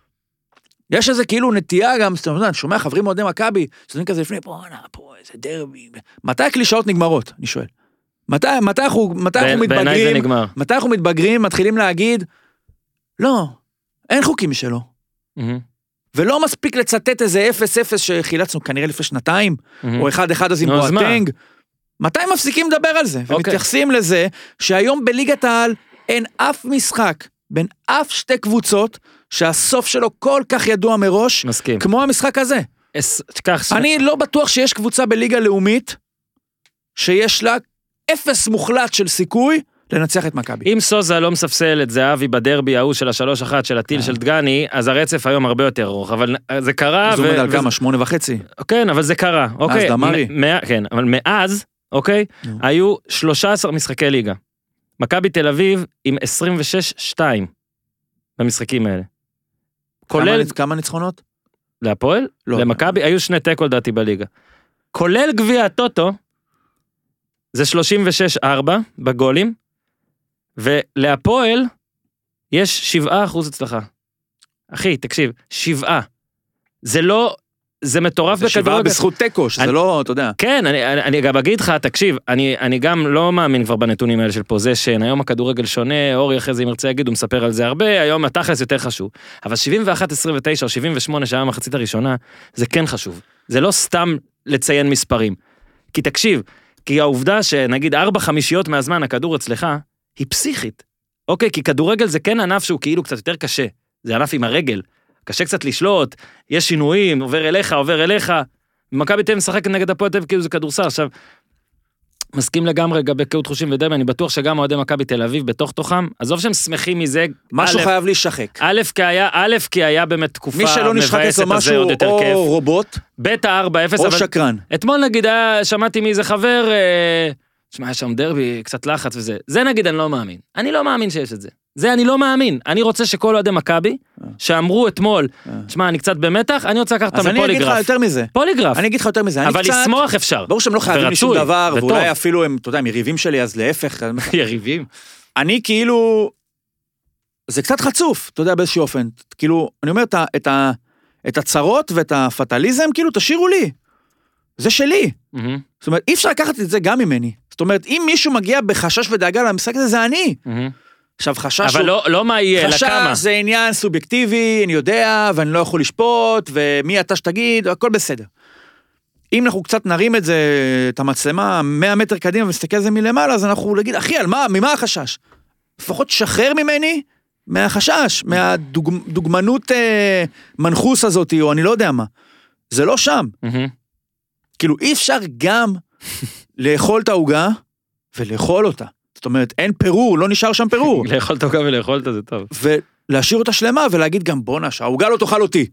יש איזה כאילו נטייה גם, אני שומע חברים מועדי מכבי, שזונים כזה לפני, בוא נע, פה איזה דרבי. מתי הקלישאות נגמרות? אני שואל. מתי, מתי אנחנו, מתי אנחנו מתבגרים, מתי אנחנו מתבגרים, מתחילים להגיד, לא, אין חוקים משלו. Mm-hmm. ולא מספיק לצטט איזה אפס אפס שחילצנו כנראה לפני שנתיים, mm-hmm. או אחד אחד אז עם בואטנג. מתי מפסיקים לדבר על זה? Okay. ומתייחסים לזה שהיום בליגת העל אין אף משחק בין אף שתי קבוצות שהסוף שלו כל כך ידוע מראש, מסכים. כמו המשחק הזה. אס, כך אני ש... לא בטוח שיש קבוצה בליגה לאומית שיש לה אפס מוחלט של סיכוי לנצח את מכבי. אם סוזה לא מספסל את זהבי בדרבי ההוא של השלוש אחת של הטיל של דגני, אז הרצף היום הרבה יותר ארוך, אבל זה קרה... אז הוא עומד על כמה, שמונה וחצי. כן, אבל זה קרה. אז דמרי. כן, אבל מאז, אוקיי, היו שלושה עשר משחקי ליגה. מכבי תל אביב עם עשרים ושש שתיים במשחקים האלה. כולל... כמה ניצחונות? להפועל? לא. למכבי, היו שני טקו לדעתי בליגה. כולל גביע הטוטו, זה שלושים ושש ארבע בגולים, ולהפועל יש שבעה אחוז הצלחה. אחי, תקשיב, שבעה. זה לא... זה מטורף בכדורגל. זה שבעה בזכות טקו, שזה אני, לא, אתה יודע. כן, אני, אני, אני גם אגיד לך, תקשיב, אני, אני גם לא מאמין כבר בנתונים האלה של פוזיישן, היום הכדורגל שונה, אורי אחרי זה אם ירצה יגיד, הוא מספר על זה הרבה, היום התכלס יותר חשוב. אבל שבעים ואחת עשרים ותשע או שבעים ושמונה שהיה המחצית הראשונה, זה כן חשוב. זה לא סתם לציין מספרים. כי תקשיב, כי העובדה שנגיד ארבע חמישיות מהזמן הכדור אצלך, היא פסיכית. אוקיי, כי כדורגל זה כן ענף שהוא כאילו קצת יותר קשה. זה ענף עם הרגל. קשה קצת לשלוט, יש שינויים, עובר אליך, עובר אליך, מכבי תל אביב משחקת נגד הפועל תל אביב כאילו זה כדורסל. עכשיו, מסכים לגמרי לגבי קהות חושים ודרבי, אני בטוח שגם אוהדי מכבי תל אביב בתוך תוכם, עזוב שהם שמחים מזה. משהו חייב להישחק. א' כי היה, א' כי היה באמת תקופה מבאסת הזה עוד יותר כיף. מי שלא נשחק לו משהו או רובוט, ב' הארבע אפס, או שקרן. אתמול נגיד, שמעתי מאיזה חבר, שמע, יש שם דרבי, קצת לחץ וזה. זה נגיד אני לא מאמין. אני לא מאמין שיש את זה. זה אני לא מאמין. אני רוצה שכל אוהדי מכבי, שאמרו אתמול, שמע, אני קצת במתח, אני רוצה לקחת אותם לפוליגרף. אז אני אגיד לך יותר מזה. פוליגרף. אני אגיד לך יותר מזה. אבל לשמוח אפשר. ברור שהם לא חייבים לי שום דבר, ואולי אפילו הם, אתה יודע, הם יריבים שלי, אז להפך. יריבים. אני כאילו, זה קצת חצוף, אתה יודע, באיזשהו אופן. כאילו, אני אומר, את הצרות ואת הפטליזם, כאילו, תשאירו לי. זה שלי. זאת אומרת, אי אפשר לקחת את זה גם ממני. זאת אומרת, אם מישהו מגיע בחשש ודאגה למשחק הזה, זה אני. עכשיו, חשש אבל לא, לא מה יהיה, אלא כמה. חשש זה עניין סובייקטיבי, אני יודע, ואני לא יכול לשפוט, ומי אתה שתגיד, הכל בסדר. אם אנחנו קצת נרים את זה, את המצלמה, מאה מטר קדימה, ונסתכל על זה מלמעלה, אז אנחנו נגיד, אחי, על מה, ממה החשש? לפחות שחרר ממני, מהחשש, מהדוגמנות אה, מנחוס הזאת, או אני לא יודע מה. זה לא שם. כאילו, אי אפשר גם לאכול את ההוגה, ולאכול אותה. זאת אומרת, אין פירור, לא נשאר שם פירור. לאכול את ההוגה ולאכול אותה, זה טוב. ולהשאיר אותה שלמה, ולהגיד גם, בונה, שההוגה לא תאכל אותי.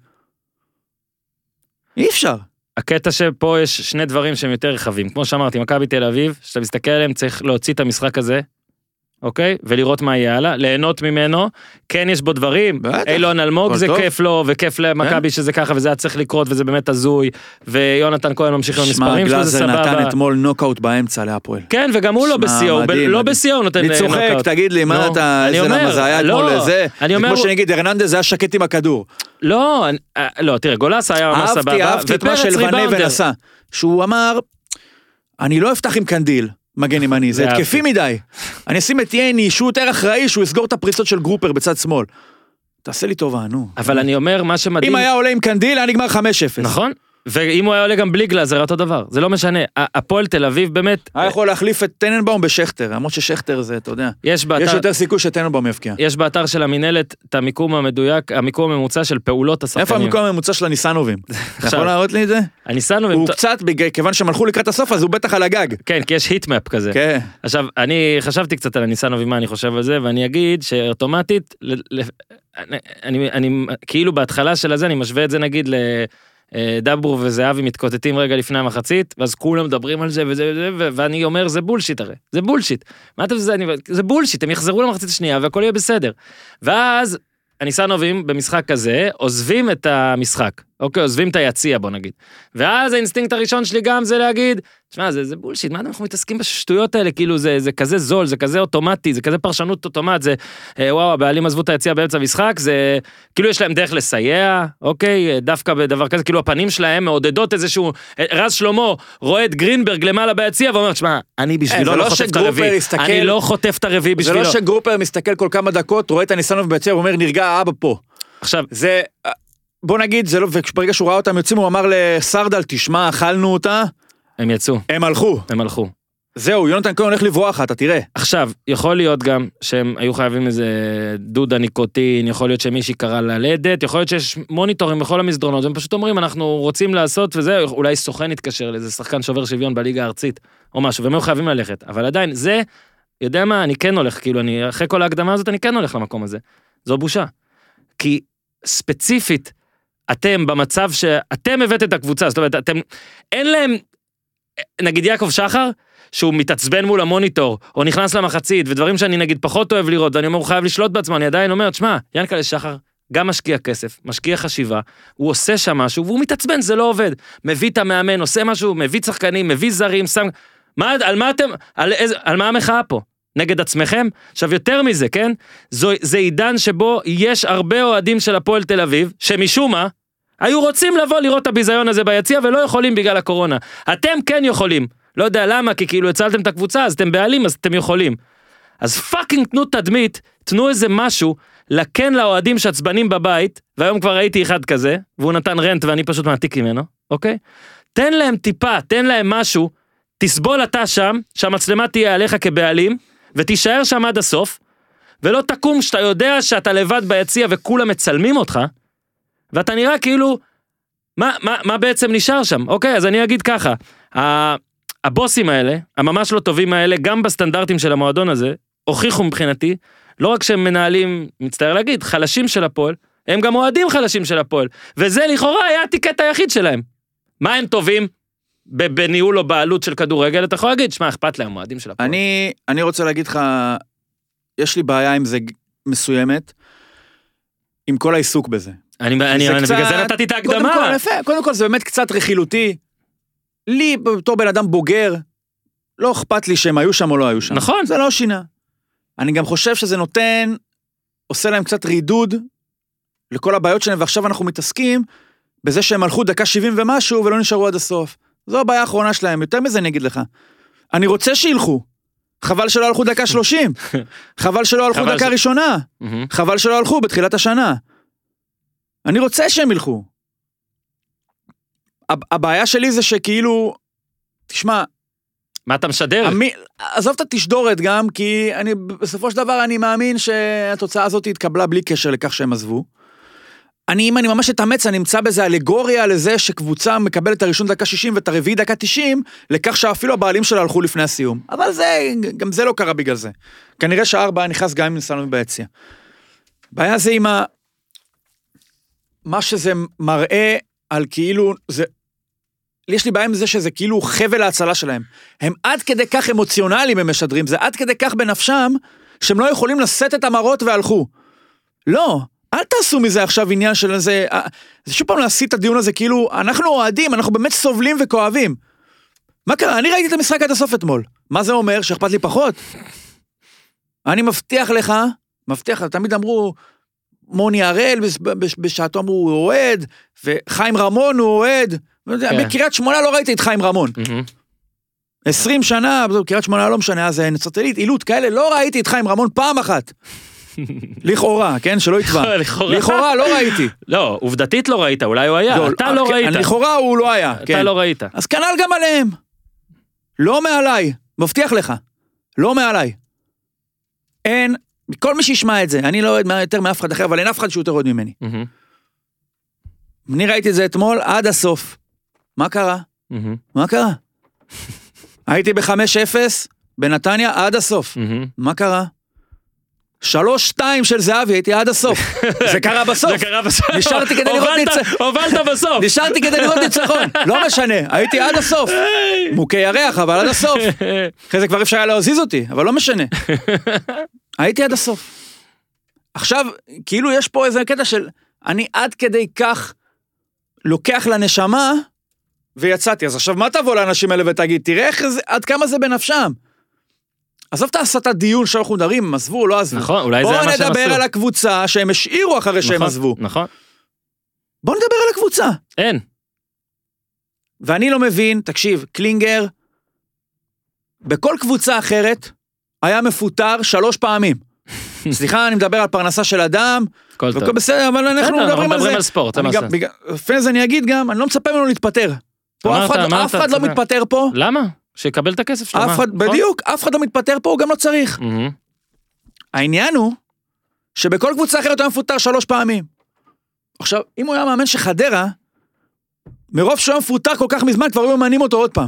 אי אפשר. הקטע שפה יש שני דברים שהם יותר רחבים. כמו שאמרתי, מכבי תל אביב, שאתה מסתכל עליהם, צריך להוציא את המשחק הזה, אוקיי? ולראות מה יהיה הלאה, ליהנות ממנו, כן יש בו דברים, אילון אלמוג זה כיף לו, וכיף למכבי שזה ככה, וזה היה צריך לקרות, וזה באמת הזוי, ויונתן כהן ממשיך במספרים, שמע, גלאזר נתן אתמול נוקאוט באמצע להפועל. כן, וגם הוא לא בסיוע, לא בסיוע הוא נותן נוקאוט. מצוחק, תגיד לי, מה אתה, איזה למה זה היה אתמול לזה, כמו שנגיד, הרננדז זה היה שקט עם הכדור. לא, לא, תראה, גולסה היה ממש סבבה, אהבתי את מה שלבנה ונסע, שהוא אמר, אני לא אפתח עם קנדיל, מגן ימני, זה התקפי מדי. אני אשים את יני, שהוא יותר אחראי, שהוא יסגור את הפריצות של גרופר בצד שמאל. תעשה לי טובה, נו. אבל אני אומר, מה שמדהים... אם היה עולה עם קנדיל, היה נגמר חמש אפס. נכון? ואם הוא היה עולה גם בלי גלאזר, אותו דבר. זה לא משנה. הפועל תל אביב באמת... היה יכול להחליף את טננבאום בשכטר, למרות ששכטר זה, אתה יודע. יש יותר סיכוי שטננבאום יפקיע. יש באתר של המנהלת את המיקום המדויק, המיקום הממוצע של פעולות השחקנים. איפה המיקום הממוצע של הניסנובים? אתה יכול להראות לי את זה? הניסנובים... הוא קצת, כיוון שהם הלכו לקראת הסוף, אז הוא בטח על הגג. כן, כי יש היטמאפ כזה. כן. עכשיו, אני חשבתי קצת על הניסנובים, מה אני חושב על זה, ואני אגיד שאוטומטית, אני, אני, כאילו בהתחלה של הזה, אני משווה את זה נגיד ל... דבור וזהבי מתקוטטים רגע לפני המחצית, ואז כולם מדברים על זה וזה וזה, ואני אומר, זה בולשיט הרי, זה בולשיט. מה אתם זה? זה בולשיט, הם יחזרו למחצית השנייה והכל יהיה בסדר. ואז הניסנובים במשחק כזה, עוזבים את המשחק, אוקיי, עוזבים את היציע, בוא נגיד. ואז האינסטינקט הראשון שלי גם זה להגיד, תשמע, זה, זה בולשיט, מה אנחנו מתעסקים בשטויות האלה, כאילו זה, זה כזה זול, זה כזה אוטומטי, זה כזה פרשנות אוטומט, זה, אה, וואו, הבעלים עזבו את היציע באמצע המשחק, זה, כאילו יש להם דרך לסייע, אוקיי, דווקא בדבר כזה, כאילו הפנים שלהם מעודדות איזשהו, רז שלמה רואה את גרינברג למעלה ביציע, ואומר, תשמע, אני בשבילו לא חוטף את הרביעי, אני לא חוטף את הרביעי בשבילו. זה לא שגרופר מסתכל כל כמה דקות, רואה את הניסנוב ביציע, ואומר, נרגע, אבא פה. עכשיו, זה, בוא נגיד, זה לא, וברגע שהוא ראה אותם יוצאים, הוא אמר לסרדל, תשמע, אכלנו אותה. הם יצאו. הם הלכו. הם הלכו. זהו, יונתן כהן הולך לברוח, אתה תראה. עכשיו, יכול להיות גם שהם היו חייבים איזה דודה ניקוטין, יכול להיות שמישהי קרא ללדת, יכול להיות שיש מוניטורים בכל המסדרונות, והם פשוט אומרים, אנחנו רוצים לעשות, וזה, אולי סוכן יתקשר לאיזה שחקן שובר שוויון בליגה הארצית, או משהו, והם היו חייבים ללכת. אבל עדיין, זה, יודע מה, אני כן הולך, כאילו, אני, אחרי כל ההקדמה הזאת, אני כן הולך למקום הזה. זו בושה. כי ספציפית, אתם במצב שאתם הבאת את הקבוצה, זאת אומרת, אתם, אין להם, נגיד יעקב שחר, שהוא מתעצבן מול המוניטור, או נכנס למחצית, ודברים שאני נגיד פחות אוהב לראות, ואני אומר, הוא חייב לשלוט בעצמו, אני עדיין אומר, תשמע, ינקלה שחר, גם משקיע כסף, משקיע חשיבה, הוא עושה שם משהו, והוא מתעצבן, זה לא עובד, מביא את המאמן, עושה משהו, מביא שחקנים, מביא זרים, שם, מה, על מה אתם, על, איזה, על מה המחאה פה? נגד עצמכם? עכשיו יותר מזה, כן? זו, זה עידן שבו יש הרבה אוהדים של הפועל תל אביב, שמשום מה, היו רוצים לבוא לראות את הביזיון הזה ביציע, ולא יכולים בגלל הקורונה. אתם כן יכולים. לא יודע למה, כי כאילו הצלתם את הקבוצה, אז אתם בעלים, אז אתם יכולים. אז פאקינג תנו תדמית, תנו איזה משהו, לכן לאוהדים שעצבנים בבית, והיום כבר ראיתי אחד כזה, והוא נתן רנט ואני פשוט מעתיק ממנו, אוקיי? תן להם טיפה, תן להם משהו, תסבול אתה שם, שהמצלמה תהיה עליך כבעלים, ותישאר שם עד הסוף, ולא תקום שאתה יודע שאתה לבד ביציע וכולם מצלמים אותך, ואתה נראה כאילו, מה, מה, מה בעצם נשאר שם? אוקיי, אז אני אגיד ככה, הבוסים האלה, הממש לא טובים האלה, גם בסטנדרטים של המועדון הזה, הוכיחו מבחינתי, לא רק שהם מנהלים, מצטער להגיד, חלשים של הפועל, הם גם אוהדים חלשים של הפועל, וזה לכאורה היה הטיקט היחיד שלהם. מה הם טובים בניהול או בעלות של כדורגל? אתה יכול להגיד, שמה, אכפת להם אוהדים של הפועל. אני, אני רוצה להגיד לך, יש לי בעיה עם זה מסוימת, עם כל העיסוק בזה. אני, אני, אני קצת, בגלל זה נתתי את ההקדמה. קודם כל, יפה, קודם כל זה באמת קצת רכילותי. לי, בתור בן אדם בוגר, לא אכפת לי שהם היו שם או לא היו שם. נכון. זה לא שינה. אני גם חושב שזה נותן, עושה להם קצת רידוד, לכל הבעיות שלהם, ועכשיו אנחנו מתעסקים, בזה שהם הלכו דקה שבעים ומשהו, ולא נשארו עד הסוף. זו הבעיה האחרונה שלהם, יותר מזה אני אגיד לך. אני רוצה שילכו. חבל שלא הלכו דקה שלושים. חבל שלא הלכו דקה ראשונה. חבל שלא הלכו בתחילת השנה. אני רוצה שהם ילכו. הבעיה שלי זה שכאילו, תשמע, מה אתה משדר? עזוב את התשדורת גם, כי אני, בסופו של דבר אני מאמין שהתוצאה הזאת התקבלה בלי קשר לכך שהם עזבו. אני, אם אני ממש אתאמץ, אני אמצא בזה אלגוריה לזה שקבוצה מקבלת את הראשון דקה שישים ואת הרביעי דקה תשעים, לכך שאפילו הבעלים שלה הלכו לפני הסיום. אבל זה, גם זה לא קרה בגלל זה. כנראה שהארבע נכנס גם אם נסענו ביציע. בעיה זה עם ה... מה שזה מראה על כאילו, זה... יש לי בעיה עם זה שזה כאילו חבל ההצלה שלהם. הם עד כדי כך אמוציונליים הם משדרים, זה עד כדי כך בנפשם, שהם לא יכולים לשאת את המראות והלכו. לא, אל תעשו מזה עכשיו עניין של זה, זה שוב פעם להסיט את הדיון הזה, כאילו, אנחנו אוהדים, אנחנו באמת סובלים וכואבים. מה קרה? אני ראיתי את המשחק עד הסוף אתמול. מה זה אומר? שאכפת לי פחות? אני מבטיח לך, מבטיח לך, תמיד אמרו, מוני הראל, בשעתו אמרו, הוא אוהד, וחיים רמון הוא אוהד, בקריית שמונה לא ראיתי את חיים רמון. עשרים שנה, בקריית שמונה לא משנה, אז נצרתלית, עילות כאלה, לא ראיתי את חיים רמון פעם אחת. לכאורה, כן? שלא יתבע. לכאורה לא ראיתי. לא, עובדתית לא ראית, אולי הוא היה. אתה לא ראית. לכאורה הוא לא היה. אתה לא ראית. אז כנ"ל גם עליהם. לא מעליי, מבטיח לך. לא מעליי. אין, כל מי שישמע את זה, אני לא אוהד יותר מאף אחד אחר, אבל אין אף אחד שהוא יותר אוהד ממני. אני ראיתי את זה אתמול עד הסוף. מה קרה? מה קרה? הייתי ב-חמש אפס בנתניה עד הסוף. מה קרה? שלוש שתיים של זהבי, הייתי עד הסוף. זה קרה בסוף. זה קרה בסוף. נשארתי כדי לראות ניצחון. הובלת בסוף. נשארתי כדי לראות ניצחון. לא משנה, הייתי עד הסוף. מוכי ירח, אבל עד הסוף. אחרי זה כבר אפשר היה להזיז אותי, אבל לא משנה. הייתי עד הסוף. עכשיו, כאילו יש פה איזה קטע של, אני עד כדי כך לוקח לנשמה, ויצאתי. אז עכשיו מה תבוא לאנשים האלה ותגיד, תראה איך זה, עד כמה זה בנפשם. עזוב תעשה את הדיון שאנחנו מדברים, עזבו או לא עזבו. נכון, אולי זה מה שהם עשו. בואו נדבר על הקבוצה שהם השאירו אחרי שהם עזבו. נכון. בואו נדבר על הקבוצה. אין. ואני לא מבין, תקשיב, קלינגר, בכל קבוצה אחרת, היה מפוטר שלוש פעמים. סליחה, אני מדבר על פרנסה של אדם, כל טוב. בסדר, אבל אנחנו מדברים על זה. על ספורט, לפני זה אני אגיד גם, אני לא מצפה ממנו להתפטר. פה אף אחד לא מתפטר פה. למה? שיקבל את הכסף שלו. בדיוק, אף אחד לא מתפטר פה, הוא גם לא צריך. העניין הוא, שבכל קבוצה אחרת הוא היה מפוטר שלוש פעמים. עכשיו, אם הוא היה מאמן שחדרה, מרוב שהוא היה מפוטר כל כך מזמן, כבר היו מאמנים אותו עוד פעם.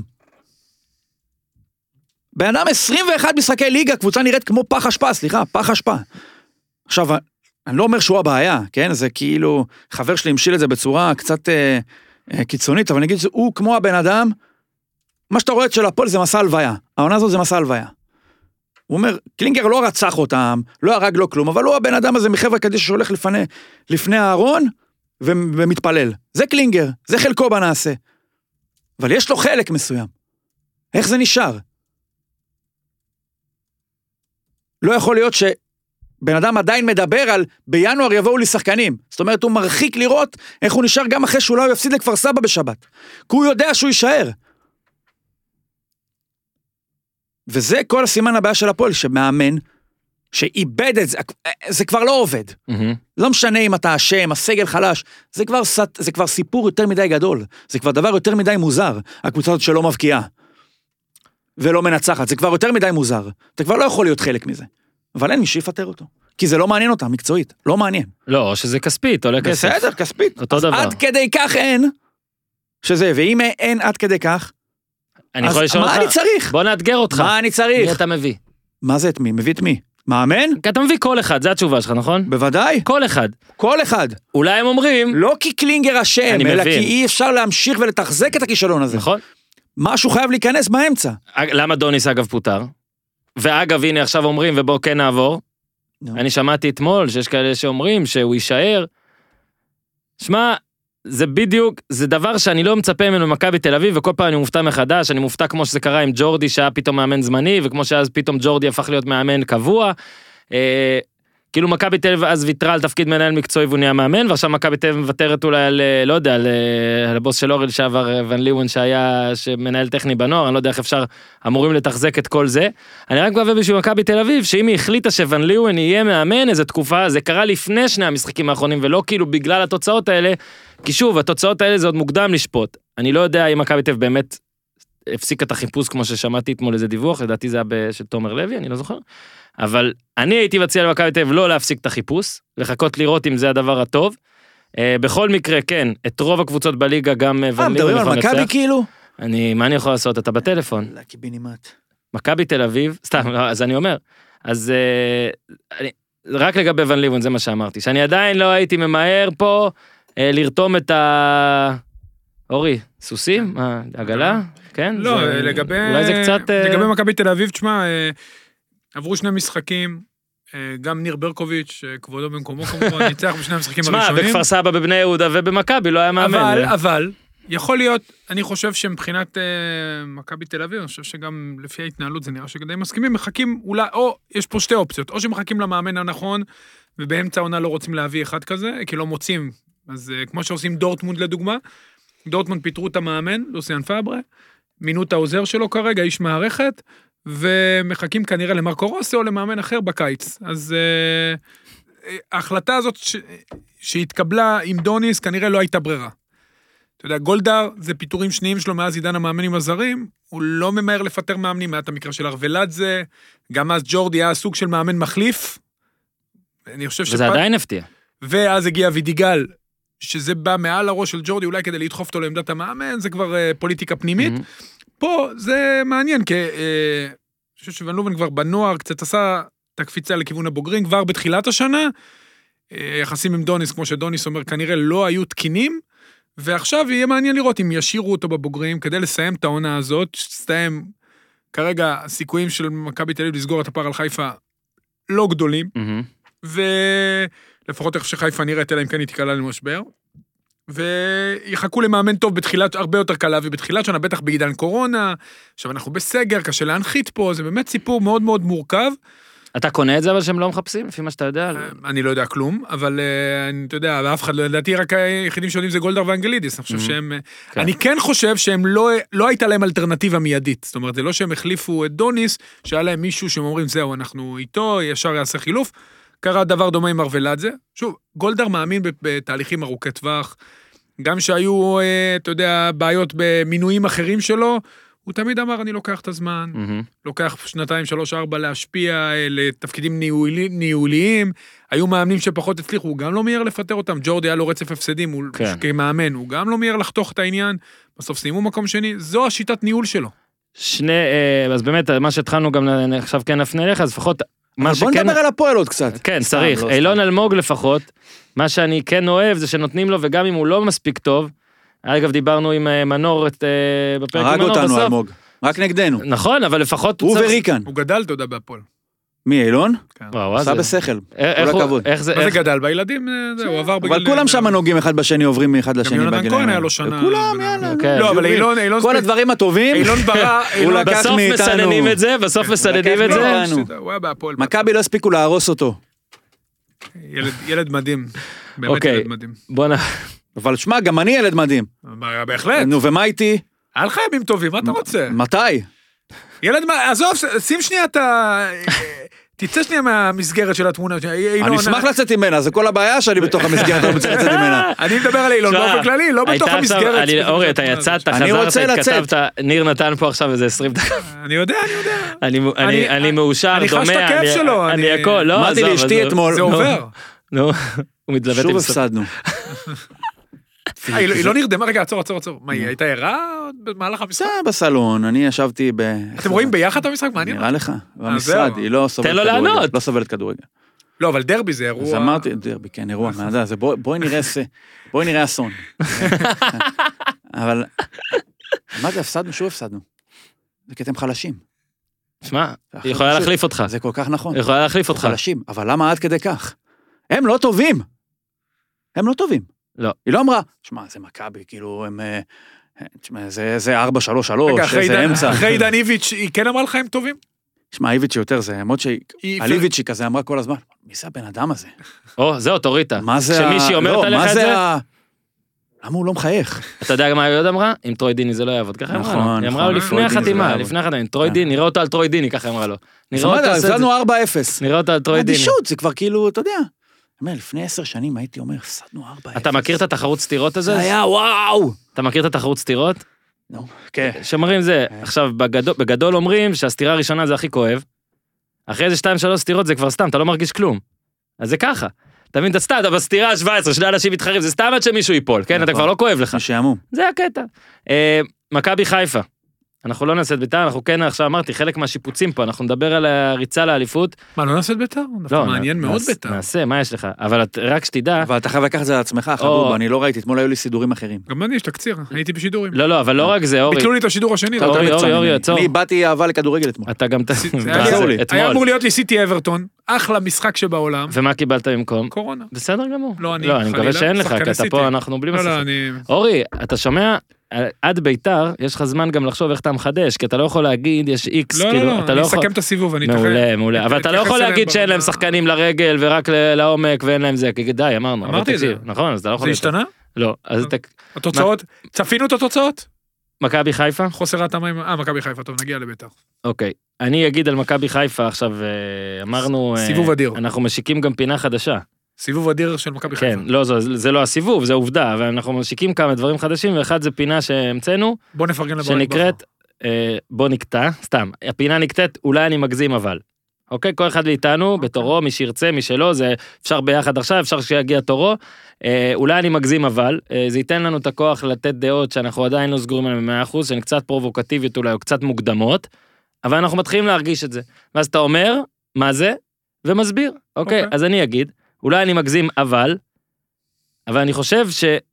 בן אדם עשרים ואחד משחקי ליגה, קבוצה נראית כמו פח אשפה, סליחה, פח אשפה. עכשיו, אני לא אומר שהוא הבעיה, כן? זה כאילו, חבר שלי המשיל את זה בצורה קצת אה, אה, קיצונית, אבל אני אגיד, הוא כמו הבן אדם, מה שאתה רואה של הפועל זה מסע הלוויה. העונה הזאת זה מסע הלוויה. הוא אומר, קלינגר לא רצח אותם, לא הרג לו כלום, אבל הוא הבן אדם הזה מחבר קדיש שהולך לפני, לפני הארון, ו- ומתפלל. זה קלינגר, זה חלקו בנעשה. אבל יש לו חלק מסוים. איך זה נשאר? לא יכול להיות שבן אדם עדיין מדבר על בינואר יבואו לי שחקנים. זאת אומרת, הוא מרחיק לראות איך הוא נשאר גם אחרי שהוא לא יפסיד לכפר סבא בשבת. כי הוא יודע שהוא יישאר. וזה כל הסימן הבעיה של הפועל, שמאמן, שאיבד את זה, זה כבר לא עובד. Mm-hmm. לא משנה אם אתה אשם, הסגל חלש, זה כבר, זה כבר סיפור יותר מדי גדול. זה כבר דבר יותר מדי מוזר, הקבוצה הזאת שלא מבקיעה. ולא מנצחת, זה כבר יותר מדי מוזר. אתה כבר לא יכול להיות חלק מזה. אבל אין מי שיפטר אותו. כי זה לא מעניין אותה, מקצועית. לא מעניין. לא, שזה כספית, עולה כסף. בסדר, כספית. אותו דבר. עד כדי כך אין, שזה, ואם אין עד כדי כך, אני יכול לשאול אותך? מה אני צריך? בוא נאתגר אותך. מה אני צריך? מי אתה מביא? מה זה את מי? מביא את מי? מאמן? כי אתה מביא כל אחד, זה התשובה שלך, נכון? בוודאי. כל אחד. כל אחד. אולי הם אומרים... לא כי קלינגר אשם, אלא כי אי אפשר להמשיך ולתחזק את הכישלון הזה. נכון. משהו חייב להיכנס באמצע. למה דוניס אגב פוטר? ואגב, הנה עכשיו אומרים, ובואו כן נעבור. אני שמעתי אתמול שיש כאלה שאומרים שהוא יישאר. שמע, זה בדיוק, זה דבר שאני לא מצפה ממנו במכבי תל אביב, וכל פעם אני מופתע מחדש, אני מופתע כמו שזה קרה עם ג'ורדי, שהיה פתאום מאמן זמני, וכמו שאז פתאום ג'ורדי הפך להיות מאמן קבוע. אה, כאילו מכבי תל אביב אז ויתרה על תפקיד מנהל מקצועי והוא נהיה מאמן, ועכשיו מכבי תל אביב מוותרת אולי על, לא יודע, על, על הבוס של אורל שעבר ון ליוון שהיה מנהל טכני בנוער, אני לא יודע איך אפשר אמורים לתחזק את כל זה. אני רק מביא בשביל מכבי תל אביב, שאם היא החליטה שוון ליוון יהיה מאמן איזה תקופה, זה קרה לפני שני המשחקים האחרונים, ולא כאילו בגלל התוצאות האלה, כי שוב, התוצאות האלה זה עוד מוקדם לשפוט. אני לא יודע אם מכבי תל אביב באמת הפסיק את החיפוש כמו ששמעתי אתמול איזה דיווח, לדעתי זה היה של תומר לוי, אני לא זוכר. אבל אני הייתי מציע למכבי תל אביב לא להפסיק את החיפוש, לחכות לראות אם זה הדבר הטוב. בכל מקרה, כן, את רוב הקבוצות בליגה גם אה, מדברים על מכבי כאילו? אני, מה אני יכול לעשות? אתה בטלפון. לא, קיבינימט. מכבי תל אביב, סתם, אז אני אומר, אז אני, רק לגבי ון ליוון, זה מה שאמרתי, שאני עדיין לא הייתי ממהר פה לרתום את ה... אורי, סוסים? מה, עגלה? כן? לא, לגבי... אולי זה קצת... לגבי מכבי תל אביב, תשמע, עברו שני משחקים, גם ניר ברקוביץ', כבודו במקומו כמובן, ניצח בשני המשחקים הראשונים. תשמע, בכפר סבא, בבני יהודה ובמכבי לא היה מאמן. אבל, אבל, יכול להיות, אני חושב שמבחינת מכבי תל אביב, אני חושב שגם לפי ההתנהלות זה נראה שדי מסכימים, מחכים אולי, או יש פה שתי אופציות, או שמחכים למאמן הנכון, ובאמצע העונה לא רוצים להביא אחד כזה, כי לא מוצאים. אז כמו שעושים דורטמונד לדוגמה, דורטמונד פיתרו את המאמן, לוסיאן פאברה, מינו את העוזר שלו כרגע, איש מערכת, ומחכים כנראה למרקו רוסי או למאמן אחר בקיץ. אז uh, ההחלטה הזאת ש... שהתקבלה עם דוניס כנראה לא הייתה ברירה. אתה יודע, גולדהר זה פיתורים שניים שלו מאז עידן המאמנים הזרים, הוא לא ממהר לפטר מאמנים, היה את המקרה של ארוולדזה, גם אז ג'ורדי היה סוג של מאמן מחליף. אני חושב וזה שפ... עדיין הפתיע. ואז הגיע וידיגל, שזה בא מעל הראש של ג'ורדי, אולי כדי לדחוף אותו לעמדת המאמן, זה כבר uh, פוליטיקה פנימית. Mm-hmm. פה זה מעניין, כי אני חושב שוון לובן כבר בנוער קצת עשה את הקפיצה לכיוון הבוגרים, כבר בתחילת השנה, יחסים עם דוניס, כמו שדוניס אומר, כנראה לא היו תקינים, ועכשיו יהיה מעניין לראות אם ישירו אותו בבוגרים, כדי לסיים את העונה הזאת, שתסתיים כרגע הסיכויים של מכבי תל אביב לסגור את הפער על חיפה לא גדולים, mm-hmm. ולפחות איך שחיפה נראית, אלא אם כן היא תיקלה למשבר, ויחכו למאמן טוב בתחילת, הרבה יותר קלה, ובתחילת שנה בטח בעידן קורונה, עכשיו אנחנו בסגר, קשה להנחית פה, זה באמת סיפור מאוד מאוד מורכב. אתה קונה את זה אבל שהם לא מחפשים, לפי מה שאתה יודע? אני לא יודע כלום, אבל אני, אתה יודע, ואף אחד לא לדעתי, רק היחידים שיודעים זה גולדהר ואנגלידיס, אני חושב שהם, אני כן חושב שהם לא, לא הייתה להם אלטרנטיבה מיידית, זאת אומרת, זה לא שהם החליפו את דוניס, שהיה להם מישהו שהם אומרים, זהו, אנחנו איתו, ישר יעשה חילוף, קרה דבר דומה עם ארוולדזה. שוב, גולדהר מאמין בתהליכים ארוכי טווח, גם שהיו, אתה יודע, בעיות במינויים אחרים שלו, הוא תמיד אמר, אני לוקח את הזמן, לוקח שנתיים, שלוש, ארבע להשפיע לתפקידים ניהוליים, היו מאמנים שפחות הצליחו, הוא גם לא מהיר לפטר אותם, ג'ורדי היה לו רצף הפסדים, הוא כמאמן, הוא גם לא מהיר לחתוך את העניין, בסוף סיימו מקום שני, זו השיטת ניהול שלו. שני, אז באמת, מה שהתחלנו גם עכשיו כן נפנה אליך, אז לפחות בוא שכן... נדבר על הפועל עוד קצת. כן, צריך. לא אילון אלמוג לפחות, מה שאני כן אוהב זה שנותנים לו, וגם אם הוא לא מספיק טוב, אגב דיברנו עם מנור את, בפרק הרג אותנו בסוף. אלמוג, רק נגדנו. נכון, אבל לפחות... הוא וריקן. הוא גדל, אתה יודע, בהפועל. מי, אילון? כן. עשה בשכל. כל הכבוד. מה זה גדל? בילדים, הוא עבר בגיל... אבל כולם שם נוגעים אחד בשני, עוברים מאחד לשני. גם יונתן כהן היה לו שנה. כולם, יאללה. לא, אבל אילון... כל הדברים הטובים, אילון ברא... בסוף מסננים את זה, בסוף מסננים את זה. הוא היה בהפועל. מכבי לא הספיקו להרוס אותו. ילד מדהים. באמת ילד מדהים. בוא נ... אבל שמע, גם אני ילד מדהים. בהחלט. נו, ומה איתי? היה לך ימים טובים, מה אתה רוצה? מתי? ילד, עזוב, שים שנייה את ה... תצא שנייה מהמסגרת של התמונה. אני אשמח לצאת ממנה, זה כל הבעיה שאני בתוך המסגרת, אני רוצה לצאת ממנה. אני מדבר על אילון באופן כללי, לא בתוך המסגרת. אורי, אתה יצאת, חזרת, כתבת, ניר נתן פה עכשיו איזה עשרים דקות. אני יודע, אני יודע. אני מאושר, דומה. אני חש את הכיף שלו. אני הכל, לא, אמרתי לאשתי אתמול. זה עובר. נו, הוא מתלבט עם שוב הפסדנו. היא לא נרדמה, רגע, עצור, עצור, עצור. מה, היא הייתה ערה במהלך המשחק? זה בסלון, אני ישבתי ב... אתם רואים ביחד את המשחק? מעניין. נראה לך, במשרד, היא לא סובלת כדורגל. לא סובלת כדורגל. לא, אבל דרבי זה אירוע... אז אמרתי, דרבי, כן, אירוע, בואי נראה בואי נראה אסון. אבל, אמרתי, הפסדנו, שוב הפסדנו. זה כי אתם חלשים. שמע, היא יכולה להחליף אותך. זה כל כך נכון. היא יכולה להחליף אותך. חלשים, אבל למה עד כדי כך? הם לא טובים. הם לא טובים. לא. היא לא אמרה, שמע, זה מכבי, כאילו, הם... זה ארבע שלוש שלוש, זה אמצע. אחרי עידן איביץ', היא כן אמרה לך הם טובים? שמע, איביץ' יותר זה, למרות שעל איביץ' היא כזה אמרה כל הזמן, מי זה הבן אדם הזה? או, זה אוטוריטה. מה זה... כשמישהי אומרת עליך את זה... למה הוא לא מחייך? אתה יודע מה היא עוד אמרה? עם טרוי דיני זה לא יעבוד, ככה אמרה לו. היא אמרה לו לפני החתימה, לפני החתימה, עם טרוי דיני, נראה אותו על טרוי דיני, ככה אמרה לו. הפסדנו ארבע אפס. נראה אותו על טרוי דיני. אדישות, זה כבר כאילו, אתה יודע. לפני עשר שנים הייתי אומר, הפסדנו ארבע אפס. אתה מכיר את התחרות סתירות הזה? זה היה וואו! אתה מכיר את התחרות סתירות? נו, כן. שמרים זה, עכשיו בגדול אומרים שהסתירה הראשונה זה הכי כואב, אחרי זה שתיים שלוש סתירות זה כבר סתם, אתה לא מרגיש כלום. אז זה ככה. אתה מבין, אתה סתם, אתה בסתירה ה-שבע עשרה, שני אנשים מתחרים, זה סתם עד שמישהו ייפול, כן? אתה כבר לא כואב לך. משעמום. זה הקטע. מכבי חיפה. אנחנו לא נעשה את ביתר, אנחנו כן, עכשיו אמרתי, חלק מהשיפוצים פה, אנחנו נדבר על הריצה לאליפות. מה, לא נעשה את ביתר? דווקא מעניין מאוד ביתר. נעשה, מה יש לך? אבל רק שתדע... אבל אתה חייב לקחת את זה על עצמך, חבוב, אני לא ראיתי, אתמול היו לי סידורים אחרים. גם אני, יש תקציר, הייתי בשידורים. לא, לא, אבל לא רק זה, אורי. ביטלו לי את השידור השני. אורי, אורי, אורי, עצור. אני באתי אהבה לכדורגל אתמול. אתה גם... היה אמור להיות לי סיטי אברטון, אחלה משחק שבעולם. ומה קיבלת במקום? קורונה. בסדר גמור. לא, אני, לא, אני מקווה שאין לך, כי אתה פה, אנחנו בלי מסך. אורי, אתה שומע, עד ביתר, יש לך זמן גם לחשוב איך אתה מחדש, כי אתה לא יכול להגיד, יש איקס, לא, כאילו, לא, לא, אני אסכם את הסיבוב, אני אתכן. מעולה, מעולה, אבל אתה לא יכול להגיד שאין להם שחקנים לרגל, ורק לעומק, ואין להם זה, כי די, אמרנו. אמרתי את זה. נכון, אז אתה לא יכול... זה השתנה? לא, אז אתה... התוצאות, צפינו את התוצאות? מכבי חיפה? חוסר התאמה, אה, מכבי חיפה, טוב, נגיע לביתר. אוקיי, אני אגיד על מכבי חיפה, עכשיו אמרנו... סיבוב אדיר. אנחנו משיקים גם פינה חדשה. סיבוב אדיר של מכבי חיפה. כן, לא, זה, זה לא הסיבוב, זה עובדה, אבל אנחנו משיקים כמה דברים חדשים, ואחד זה פינה שהמצאנו, בוא נפרגן לברק שנקראת, אה, בוא נקטע, סתם, הפינה נקטעת, אולי אני מגזים אבל. אוקיי, כל אחד מאיתנו, אוקיי. בתורו, מי שירצה, מי שלא, זה אפשר ביחד עכשיו, אפשר שיגיע תורו, אה, אולי אני מגזים אבל, אה, זה ייתן לנו את הכוח לתת דעות שאנחנו עדיין לא סגורים עליהן ב-מאה אחוז, שהן קצת פרובוקטיביות אולי, או קצת מוקדמות, אבל אנחנו מתחילים להרגיש את זה. ואז אתה אומר, מה זה? ומסביר. אוקיי, אוקיי. אז אני אגיד, אולי אני מגזים אבל, אבל אני חושב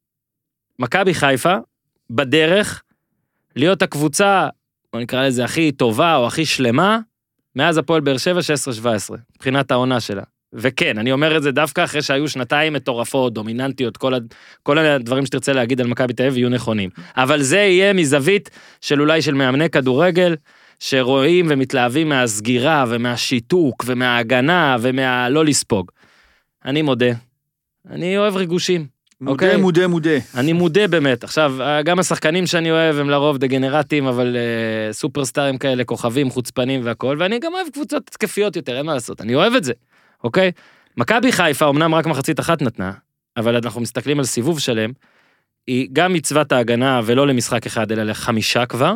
שמכבי חיפה, בדרך, להיות הקבוצה, בוא נקרא לזה הכי טובה או הכי שלמה, מאז הפועל באר שבע שש עשרה שבע עשרה, מבחינת העונה שלה. וכן, אני אומר את זה דווקא אחרי שהיו שנתיים מטורפות, דומיננטיות, כל, הד... כל הדברים שתרצה להגיד על מכבי תל אביב יהיו נכונים. אבל זה יהיה מזווית של אולי של מאמני כדורגל, שרואים ומתלהבים מהסגירה ומהשיתוק ומההגנה ומהלא לספוג. אני מודה, אני אוהב ריגושים. מודה, אוקיי? מודה, מודה. אני מודה באמת. עכשיו, גם השחקנים שאני אוהב הם לרוב דגנרטים, אבל uh, סופרסטארים כאלה, כוכבים, חוצפנים והכל, ואני גם אוהב קבוצות תקפיות יותר, אין מה לעשות, אני אוהב את זה, אוקיי? מכבי חיפה, אמנם רק מחצית אחת נתנה, אבל אנחנו מסתכלים על סיבוב שלם, היא גם מצוות ההגנה ולא למשחק אחד, אלא לחמישה כבר,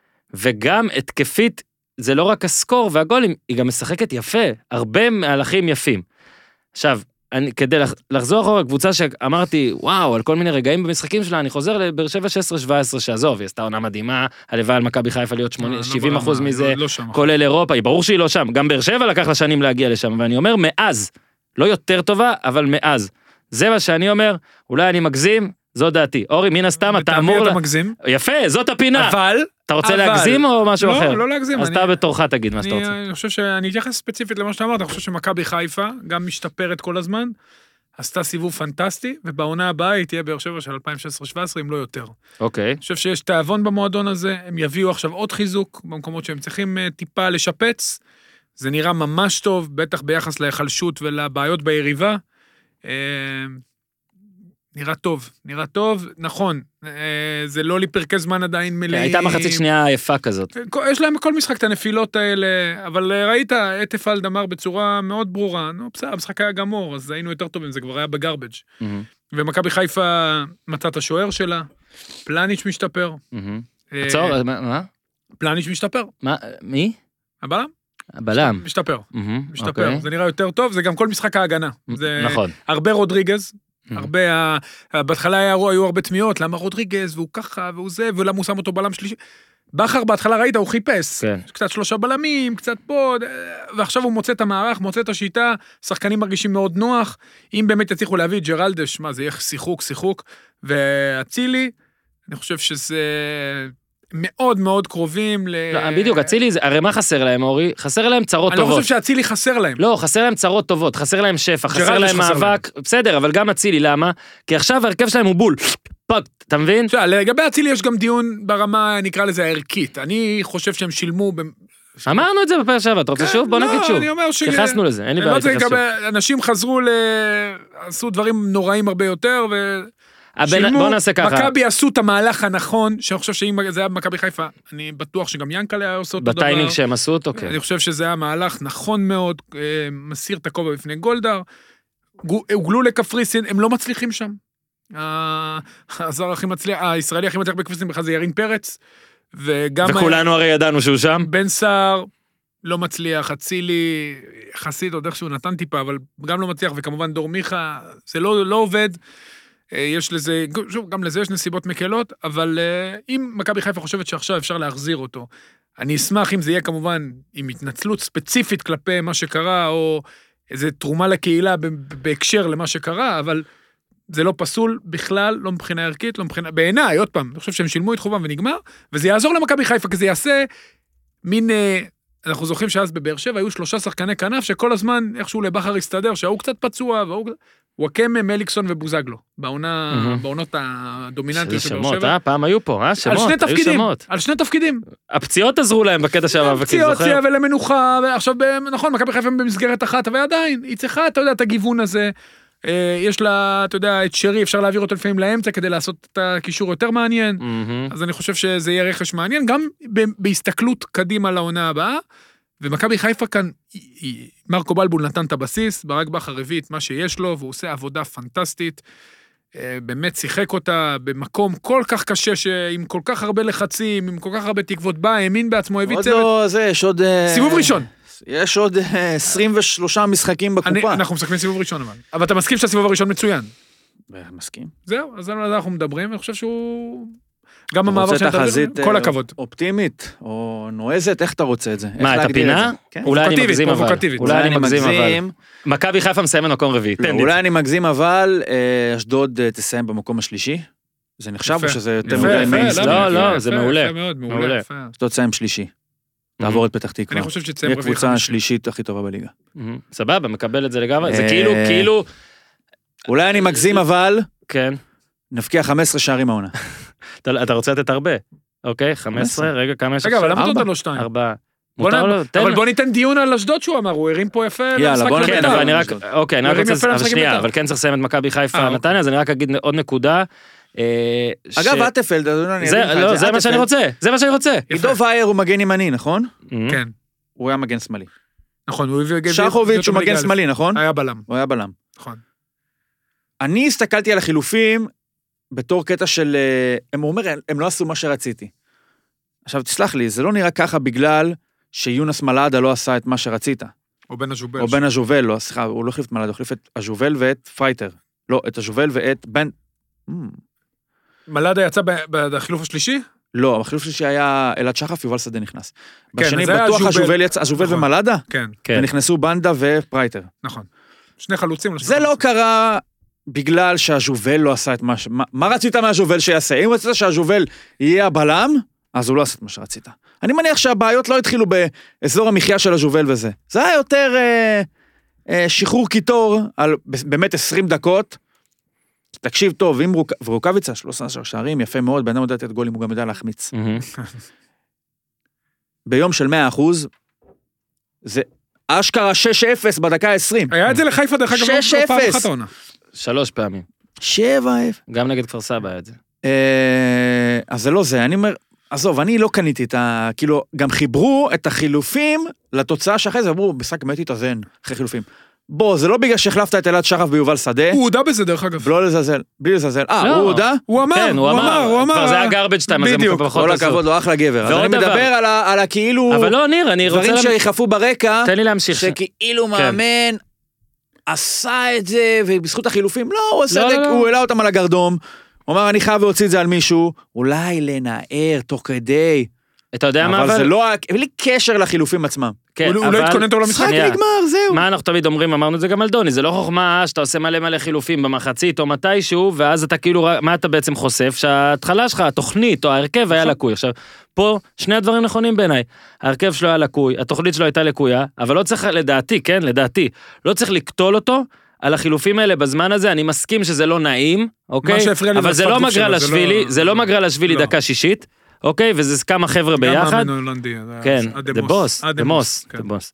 וגם התקפית, זה לא רק הסקור והגולים, היא גם משחקת יפה, הרבה מהלכים יפים. עכשיו, אני, כדי לחזור אחורה, קבוצה שאמרתי, וואו, על כל מיני רגעים במשחקים שלה, אני חוזר לבאר שבע שש עשרה שבע עשרה שעזוב, היא עשתה עונה מדהימה, הלוואי על מכבי חיפה להיות שבעים אחוז מזה, כולל אירופה, היא ברור שהיא לא שם, גם באר שבע לקח לה שנים להגיע לשם, ואני אומר, מאז, לא יותר טובה, אבל מאז. זה מה שאני אומר, אולי אני מגזים, זו דעתי. אורי, מן הסתם, אתה אמור... אתה מגזים. יפה, זאת הפינה. אבל... אתה רוצה להגזים או משהו אחר? לא, לא להגזים. אז אתה בתורך תגיד מה שאתה רוצה. אני חושב שאני אתייחס ספציפית למה שאתה אמרת, אני חושב שמכבי חיפה גם משתפרת כל הזמן, עשתה סיבוב פנטסטי, ובעונה הבאה היא תהיה באר שבע של אלפיים שש עשרה שבע עשרה, אם לא יותר. אוקיי. אני חושב שיש תאבון במועדון הזה, הם יביאו עכשיו עוד חיזוק, במקומות שהם צריכים טיפה לשפץ, זה נראה ממש טוב, בטח ביחס להיחלשות ולבעיות ביריבה. נראה טוב, נראה טוב, נכון, זה לא לפרקי זמן עדיין מלאים. הייתה מחצית שנייה יפה כזאת. יש להם כל משחק את הנפילות האלה, אבל ראית, אטפלד אמר בצורה מאוד ברורה, נו בסדר, המשחק היה גמור, אז היינו יותר טובים, זה כבר היה בגרבג'. ומכבי חיפה מצא את השוער שלה, פלניץ' משתפר. עצור, מה? פלניץ' משתפר. מי? הבלם? הבלם. משתפר, משתפר, זה נראה יותר טוב, זה גם כל משחק ההגנה. נכון. הרבה רודריגז, הרבה, בהתחלה היו הרבה תמיהות, למה רודריגז, והוא ככה, והוא זה, ולמה הוא שם אותו בלם שלישי. בכר בהתחלה ראית, הוא חיפש, כן. קצת שלושה בלמים, קצת פה, ועכשיו הוא מוצא את המערך, מוצא את השיטה, שחקנים מרגישים מאוד נוח, אם באמת יצליחו להביא את ג'רלדש, מה זה יהיה שיחוק, שיחוק, והצילי, אני חושב שזה מאוד מאוד קרובים ל... לא, בדיוק, הצילי, הרי מה חסר להם, אורי? חסר להם צרות אני טובות. אני לא חושב שהצילי חסר להם. לא, חסר להם צרות טובות, חסר להם שפע, חסר להם מאבק, בסדר, אבל גם הצילי, למה? כי עכשיו הרכב שלהם הוא בול. פאק, אתה מבין? לגבי הצילי יש גם דיון ברמה, נקרא לזה הערכית. אני חושב שהם שילמו... אמרנו את זה בפרק שעבר, אתה רוצה שוב? בוא נגיד שוב. אני אומר ש... התייחסנו לזה, אין לי בעיה להתייחס שוב. אנשים חזרו ל... עשו דברים נוראים הרבה יותר, ו... בוא נעשה ככה. מכבי עשו את המהלך הנכון, שאני חושב שאם זה היה במכבי חיפה, אני בטוח שגם ינקלה היה עושה אותו דבר. בטיימינג שהם עשו אותו, כן. אני חושב שזה היה מהלך נכון מאוד, מסיר את הכובע בפני גולדהר, הוגלו לקפריסין, הם לא מצליחים שם. הזר הכי מצליח, הישראלי הכי מצליח בקפריסין בכלל זה ירין פרץ, וגם... וכולנו הרי ידענו שהוא שם. בן סער לא מצליח, הצילי יחסית עוד איכשהו נתן טיפה, אבל גם לא מצליח, וכמובן דור מיכה, זה לא, לא עובד, יש לזה, שוב, גם לזה יש נסיבות מקלות, אבל אם מכבי חיפה חושבת שעכשיו אפשר להחזיר אותו, אני אשמח אם זה יהיה כמובן עם התנצלות ספציפית כלפי מה שקרה, או איזו תרומה לקהילה בהקשר למה שקרה, אבל זה לא פסול בכלל, לא מבחינה ערכית, לא מבחינה, בעיניי, עוד פעם, אני חושב שהם שילמו את חובם ונגמר, וזה יעזור למכבי חיפה, כי זה יעשה מין, אנחנו זוכרים שאז בבאר שבע היו שלושה שחקני כנף, שכל הזמן איכשהו לבחר הסתדר, שהוא קצת פצוע, והוא... וואקמה, מליקסון ובוזגלו, בעונה, בעונות הדומיננטיות של באר שבע. שמות, פעם היו פה, אה, שמות, על שני תפקידים, על שני תפקידים. הפציעות עזרו להם בקטע שם, הפציעות, ולמנוחה, ועכשיו, נכון, מכבי חיפה במסגרת אחת, אבל עדיין, היא צריכה, אתה יודע, את הגיוון הזה, יש לה, אתה יודע, את שרי, אפשר להעביר אותו לפעמים לאמצע, כדי לעשות את הקישור יותר מעניין, אז אני חושב שזה יהיה רכש מעניין, גם בהסתכלות קדימה לעונה הבאה, ומכבי חיפה כאן, מרקו בלבול נתן את הבסיס, ברק בכר הביא את מה שיש לו, והוא עושה עבודה פנטסטית, באמת שיחק אותה במקום כל כך קשה, עם כל כך הרבה לחצים, עם כל כך הרבה תקוות בה, האמין בעצמו, הביא צוות. עוד לא, זה, יש עוד... סיבוב ראשון. יש עוד עשרים ושלושה משחקים בקופה. אנחנו מסכמים סיבוב ראשון, אבל. אבל אתה מסכים שהסיבוב הראשון מצוין? מסכים. זהו, אז אנחנו מדברים, ואני חושב שהוא... גם המעבר של תחזית, כל הכבוד. אופטימית, או נועזת, איך אתה רוצה את זה? מה, את הפינה? אולי אני מגזים אבל. אולי אני מגזים אבל. מכבי חיפה מסיים במקום רביעי. אולי אני מגזים אבל, אשדוד תסיים במקום השלישי. זה נחשב או שזה יותר מדי מיינסטרים? לא, לא, זה מעולה. אשדוד תסיים שלישי. תעבור את פתח תקווה. אני חושב שתסיים רביעי. היא קבוצה השלישית הכי טובה בליגה. סבבה, מקבל את זה לגמרי. זה כאילו, כאילו... אולי אני מגזים אבל, כן. נפקיע חמש עשרה שערים העונה. אתה רוצה לתת הרבה, אוקיי? חמש עשרה, רגע, כמה יש? רגע, אבל למה אתה נותן לו שתיים? ארבעה. אבל בוא ניתן דיון על אשדוד שהוא אמר, הוא הרים פה יפה. יאללה, בוא ניתן. אוקיי, אני רק רוצה, אבל שנייה, אבל כן צריך לסיים את מכבי חיפה נתניה, אז אני רק אגיד עוד נקודה. אגב, אטפלד, זה מה שאני רוצה, זה מה שאני רוצה. עידו וייר הוא מגן ימני, נכון? כן. הוא היה מגן שמאלי. נכון, הוא הביא... שחוביץ' הוא מגן שמאלי, נכון? היה בלם. הוא היה בלם. נכון. אני הסתכלתי על החילופים, בתור קטע של, הם אומר, הם לא עשו מה שרציתי. עכשיו תסלח לי, זה לא נראה ככה בגלל שיונס מלאדה לא עשה את מה שרצית. או בן הז'ובל. או בן הז'ובל, לא, סליחה, הוא לא החליף את מלאדה, הוא החליף את הז'ובל ואת פייטר. לא, את הז'ובל ואת בן... מלאדה יצא בחילוף השלישי? לא, החילוף השלישי היה אלעד שחף, יובל שדה נכנס. בשני בטוח הז'ובל יצא, הז'ובל ומלאדה? כן. ונכנסו בנדה ופרייטר. נכון. שני חלוצים. זה לא קרה... בגלל שהז'ובל לא עשה את מה ש... מה, מה רצית מהז'ובל שיעשה? אם רצית שהז'ובל יהיה הבלם, אז הוא לא עשה את מה שרצית. אני מניח שהבעיות לא התחילו באזור המחיה של הז'ובל וזה. זה היה יותר אה, אה, שחרור קיטור על באמת עשרים דקות. תקשיב טוב, אם רוק... ורוקביצה, שלושה עשר שערים, יפה מאוד, בן אדם יודע לתת גולים, הוא גם יודע להחמיץ. ביום של מאה אחוז, זה אשכרה שש אפס בדקה עשרים. היה את זה לחיפה דרך אגב, שש אפס. שלוש פעמים. שבע אפס. גם נגד כפר סבא היה את זה. אז זה לא זה, אני אומר, עזוב, אני לא קניתי את ה... כאילו, גם חיברו את החילופים לתוצאה שאחרי זה, אמרו, בסק מת התאזן, אחרי חילופים. בוא, זה לא בגלל שהחלפת את אלעד שחף ביובל שדה. הוא הודע בזה דרך אגב. לא לזלזל, בלי לזלזל. אה, הוא הודע? הוא אמר, הוא אמר, הוא אמר. כבר זה היה גרבג' שתיים, אז זה פחות עשו. כל הכבוד, לא אחלה גבר. אז אני מדבר על הכאילו... אבל לא, ניר, אני רוצה... דברים שיחפו ברקע. תן לי להמשיך. שכאילו מאמן... עשה את זה, ובזכות החילופים, לא, הוא עשה את זה, הוא העלה אותם על הגרדום, הוא אמר, אני חייב להוציא את זה על מישהו, אולי לנער תוך כדי. אתה יודע מה, אבל זה לא, בלי קשר לחילופים עצמם. הוא לא התכונן טוב למשחק. נגמר, זהו. מה אנחנו תמיד אומרים, אמרנו את זה גם על דוני, זה לא חוכמה שאתה עושה מלא מלא חילופים במחצית או מתישהו, ואז אתה כאילו, מה אתה בעצם חושף? שההתחלה שלך, התוכנית או ההרכב היה לקוי. עכשיו, פה שני הדברים נכונים בעיניי. ההרכב שלו היה לקוי, התוכנית שלו הייתה לקויה, אבל לא צריך, לדעתי, כן, לדעתי, לא צריך לקטול אותו על החילופים האלה בזמן הזה, אני מסכים שזה לא נעים, אוקיי? אבל זה לא מגרע לשבילי, זה לא מגרע לשבילי דקה שישית. אוקיי, וזה כמה חבר'ה ביחד. גם הולנדי. כן, the boss, the boss, the boss.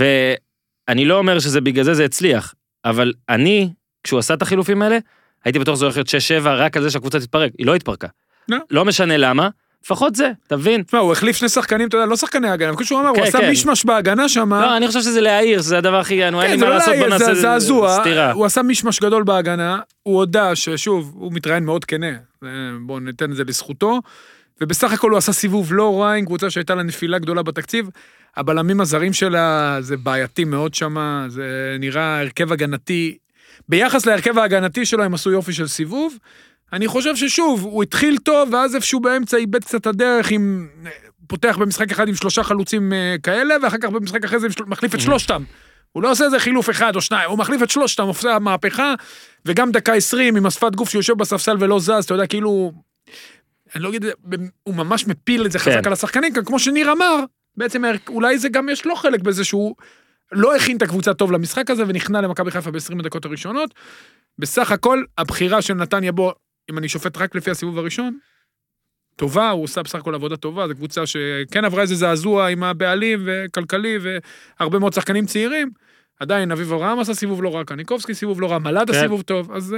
ואני לא אומר שזה בגלל זה, זה הצליח, אבל אני, כשהוא עשה את החילופים האלה, הייתי בטוח זה הולך להיות שש שבע, רק על זה שהקבוצה תתפרק. היא לא התפרקה. לא משנה למה, לפחות זה, תבין. תשמע, הוא החליף שני שחקנים, אתה יודע, לא שחקני הגנה, כשהוא אמר, הוא עשה מישמש בהגנה שם. לא, אני חושב שזה להעיר, זה הדבר הכי גאנו, אין לי מה לעשות, בוא נעשה סתירה. הוא עשה מישמש גדול בהגנה, הוא הודע ששוב, הוא מתראיין מאוד כנה, בואו ניתן את זה לזכותו, ובסך הכל הוא עשה סיבוב לא רע עם קבוצה שהייתה לה נפילה גדולה בתקציב, הבלמים הזרים שלה זה בעייתי מאוד שם, זה נראה הרכב הגנתי, ביחס להרכב ההגנתי שלו הם עשו יופי של סיבוב, אני חושב ששוב, הוא התחיל טוב, ואז איפשהו באמצע איבד קצת הדרך, עם, פותח במשחק אחד עם שלושה חלוצים כאלה, ואחר כך במשחק אחרי זה מחליף את שלושתם. הוא לא עושה איזה חילוף אחד או שניים, הוא מחליף את שלושתם, עושה המהפכה, וגם דקה עשרים עם השפת גוף שיושב בספסל ולא זז, אתה יודע, כאילו, אני לא אגיד, הוא ממש מפיל את זה חזק על השחקנים, כמו שניר אמר, בעצם אולי זה גם יש לו חלק בזה שהוא לא הכין את הקבוצה טוב למשחק הזה, ונכנע למכבי חיפה ב-עשרים הדקות הראשונות. בסך הכל, הבחירה של נתניה בו, אם אני שופט רק לפי הסיבוב הראשון, טובה, הוא עושה בסך הכל עבודה טובה, זו קבוצה שכן עברה איזה זעזוע עם הבעלים וכלכלי, והרבה מאוד שחקנים צעירים, עדיין אביב אברהם עשה סיבוב לא רע, קניקובסקי סיבוב לא רע, מלאדה סיבוב טוב, אז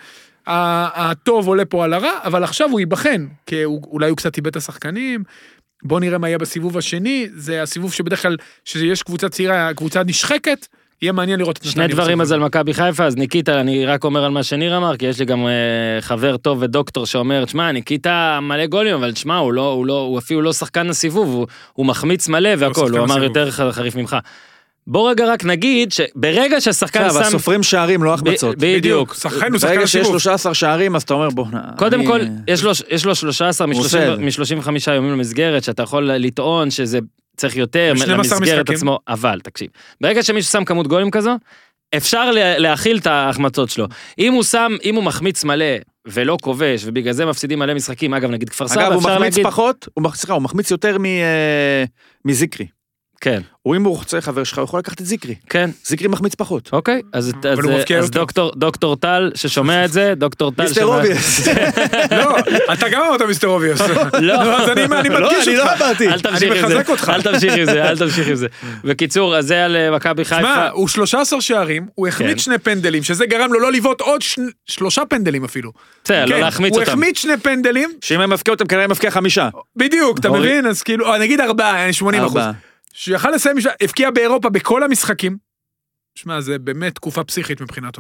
הטוב עולה פה על הרע, אבל עכשיו הוא ייבחן, כי אולי הוא קצת איבד את השחקנים, בוא נראה מה יהיה בסיבוב השני, זה הסיבוב שבדרך כלל, שיש קבוצה צעירה, קבוצה נשחקת, יהיה מעניין לראות את שני דברים אז על מכבי חיפה, אז ניקיטה, אני רק אומר על מה שניר אמר, כי יש לי גם חבר טוב ודוקטור שאומר, תשמע, ניקיטה מלא גולים, אבל תשמע, הוא, לא, הוא, לא, הוא אפילו לא שחקן הסיבוב, הוא, הוא מחמיץ מלא והכל, הוא אמר יותר חריף ממך. בוא רגע רק נגיד שברגע שהשחקן שם... סופרים שערים, לא החמצות. בדיוק. ברגע שיש שלושה עשר שערים, אז אתה אומר בוא... קודם כל, יש לו שלושה עשר מ-שלושים וחמישה יומים למסגרת, שאתה יכול לטעון שזה צריך יותר למסגרת עצמו, אבל תקשיב, ברגע שמישהו שם כמות גולים כזו, אפשר להכיל את ההחמצות שלו. אם הוא שם, אם הוא מחמיץ מלא ולא כובש, ובגלל זה מפסידים מלא משחקים, אגב נגיד כפר סבא, אגב הוא מחמיץ פחות, הוא מחמיץ יותר מזיקרי. כן. או אם הוא רוצה חבר שלך, הוא יכול לקחת את זיקרי. כן. זיקרי מחמיץ פחות. אוקיי, אז דוקטור טל ששומע את זה, דוקטור טל מיסטר אוביוס. לא, אתה גם אמרת מיסטר אוביוס. לא, אז אני מדגיש אותך. אני מחזק אותך. אל תמשיך עם זה, אל תמשיך עם זה. בקיצור, אז זה על מכבי חיפה. מה, הוא שלושה עשר שערים, הוא החמיץ שני פנדלים, שזה גרם לו לא לבעוט עוד שלושה פנדלים אפילו. בסדר, לא להחמיץ אותם. הוא החמיץ שני פנדלים. שאם הם מפקיע אותם, כנראה הם מפקיע חמישה. בדיוק, אתה מבין? אז כאילו, נגיד ארבעה, שמונים אחוז. שיכל לסיים, הפקיע באירופה בכל המשחקים. שמע, זה באמת תקופה פסיכית מבחינתו.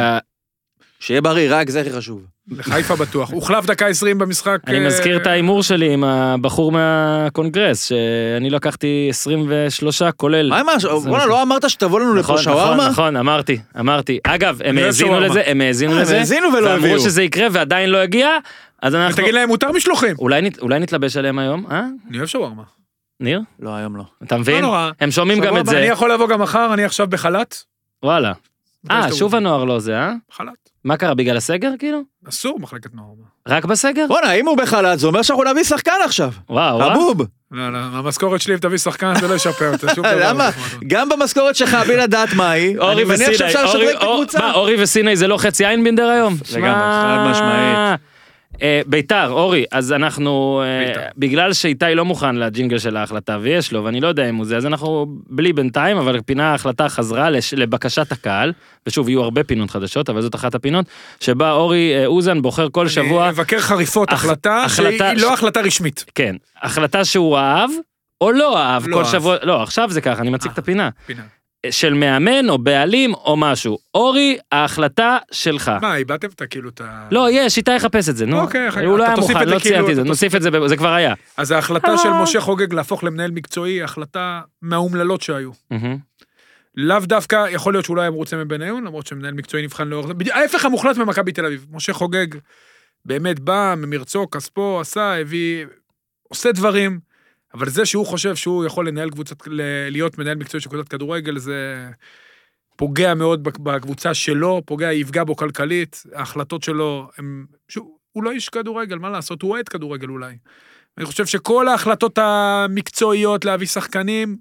שיהיה בריא, רק זה הכי חשוב. לחיפה בטוח. הוחלף דקה עשרים במשחק. אני מזכיר את האימור שלי עם הבחור מהקונגרס, שאני לקחתי עשרים ושלושה כולל. מה אמר? וואלה, לא אמרת שתבוא לנו לפה שווארמה? נכון, נכון, אמרתי, אמרתי. אגב, הם האזינו לזה, הם האזינו לזה, ואמרו שזה יקרה ועדיין לא הגיע, אז אנחנו... ותגיד להם, מותר משלוחים. אולי נתלבש עליהם היום, אה? אני אוהב שווארמה. ניר? לא, היום לא. אתה מבין? הם שומעים גם את זה. אני יכול לבוא גם מחר, אני עכשיו בחל"ת. וואלה. אה, שוב הנוער לא זה, אה? חל"ת. מה קרה, בגלל הסגר כאילו? אסור מחלקת נוער. רק בסגר? בוא'נה, אם הוא בחל"ת, זה אומר שאנחנו נביא שחקן עכשיו. וואו, וואו. הבוב. לא, לא, המשכורת שלי אם תביא שחקן זה לא ישפר. למה? גם במשכורת שלך בלי לדעת מה היא, אני מניח שאפשר לשדרג את הקבוצה. מה, אורי וסיני זה לא חצי עין בינדר היום? לגמרי, חד משמעית. ביתר, אורי, אז אנחנו, בגלל שאיתי לא מוכן לג'ינגל של ההחלטה, ויש לו, ואני לא יודע אם הוא זה, אז אנחנו בלי בינתיים, אבל פינה ההחלטה חזרה לבקשת הקהל, ושוב, יהיו הרבה פינות חדשות, אבל זאת אחת הפינות, שבה אורי אוזן בוחר כל שבוע... אני מבקר חריפות, החלטה שהיא לא החלטה רשמית. כן, החלטה שהוא אהב, או לא אהב, כל שבוע, לא, עכשיו זה ככה, אני מציג את הפינה. פינה. של מאמן או בעלים או משהו. אורי, ההחלטה שלך. מה, איבדתם את כאילו את ה... לא, יש, איתה יחפש את זה, נו. אוקיי, הוא לא היה מוכן, לא ציינתי את זה, נוסיף את זה, זה כבר היה. אז ההחלטה של משה חוגג להפוך למנהל מקצועי, החלטה מהאומללות שהיו. לאו דווקא, יכול להיות שאולי הם רוצים מבניון, למרות שמנהל מקצועי נבחן לאורך זה, ההפך המוחלט ממכבי תל אביב, משה חוגג, באמת בא, ממרצו, כספו, עשה, הביא, עושה דברים, אבל זה שהוא חושב שהוא יכול לנהל קבוצת, להיות מנהל מקצועי של קבוצת כדורגל, זה פוגע מאוד בקבוצה שלו, פוגע, יפגע בו כלכלית, ההחלטות שלו, הם, שהוא, הוא לא איש כדורגל, מה לעשות? הוא אוהד כדורגל אולי. אני חושב שכל ההחלטות המקצועיות להביא שחקנים,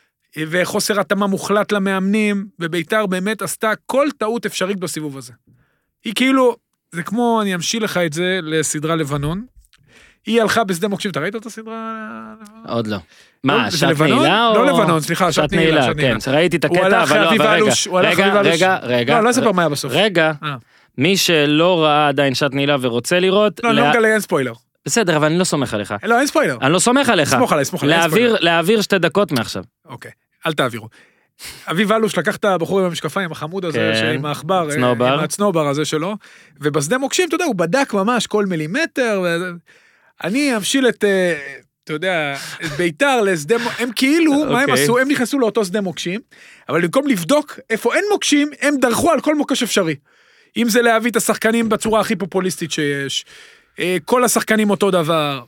וחוסר התאמה מוחלט למאמנים, וביתר באמת עשתה כל טעות אפשרית בסיבוב הזה. היא כאילו, זה כמו, אני אמשיל לך את זה לסדרה לבנון, היא הלכה בשדה מוקשים, אתה ראית את הסדרה? עוד לא. מה, שעת נעילה או... לא לבנון, סליחה, שעת נעילה. כן, ראיתי את הקטע, אבל לא, אבל רגע, רגע, רגע, רגע. לא, לא אספר מה היה בסוף. רגע, מי שלא ראה עדיין שעת נעילה ורוצה לראות... לא, לא מגלה, אין ספוילר. בסדר, אבל אני לא סומך עליך. לא, אין ספוילר. אני לא סומך עליך. סמוך עליי, סמוך עליי, אין ספוילר. להעביר שתי דקות מעכשיו. אוקיי, אל תעבירו. אביב אלוש לקח את הבחור עם המשקפיים, החמוד הזה, עם העכבר, עם הצנובר הזה שלו, ובשדה מוקשים, אתה יודע, הוא בדק ממש כל מילימטר, אני אמשיל את, אתה יודע, את ביתר לשדה, הם כאילו, מה הם עשו? הם נכנסו לאותו שדה מוקשים, אבל במקום לבדוק איפה אין מוקשים, הם דרכו על כל מוקש אפשרי. אם זה להביא את השחקנים בצורה הכי פופוליסטית שיש, כל השחקנים אותו דבר,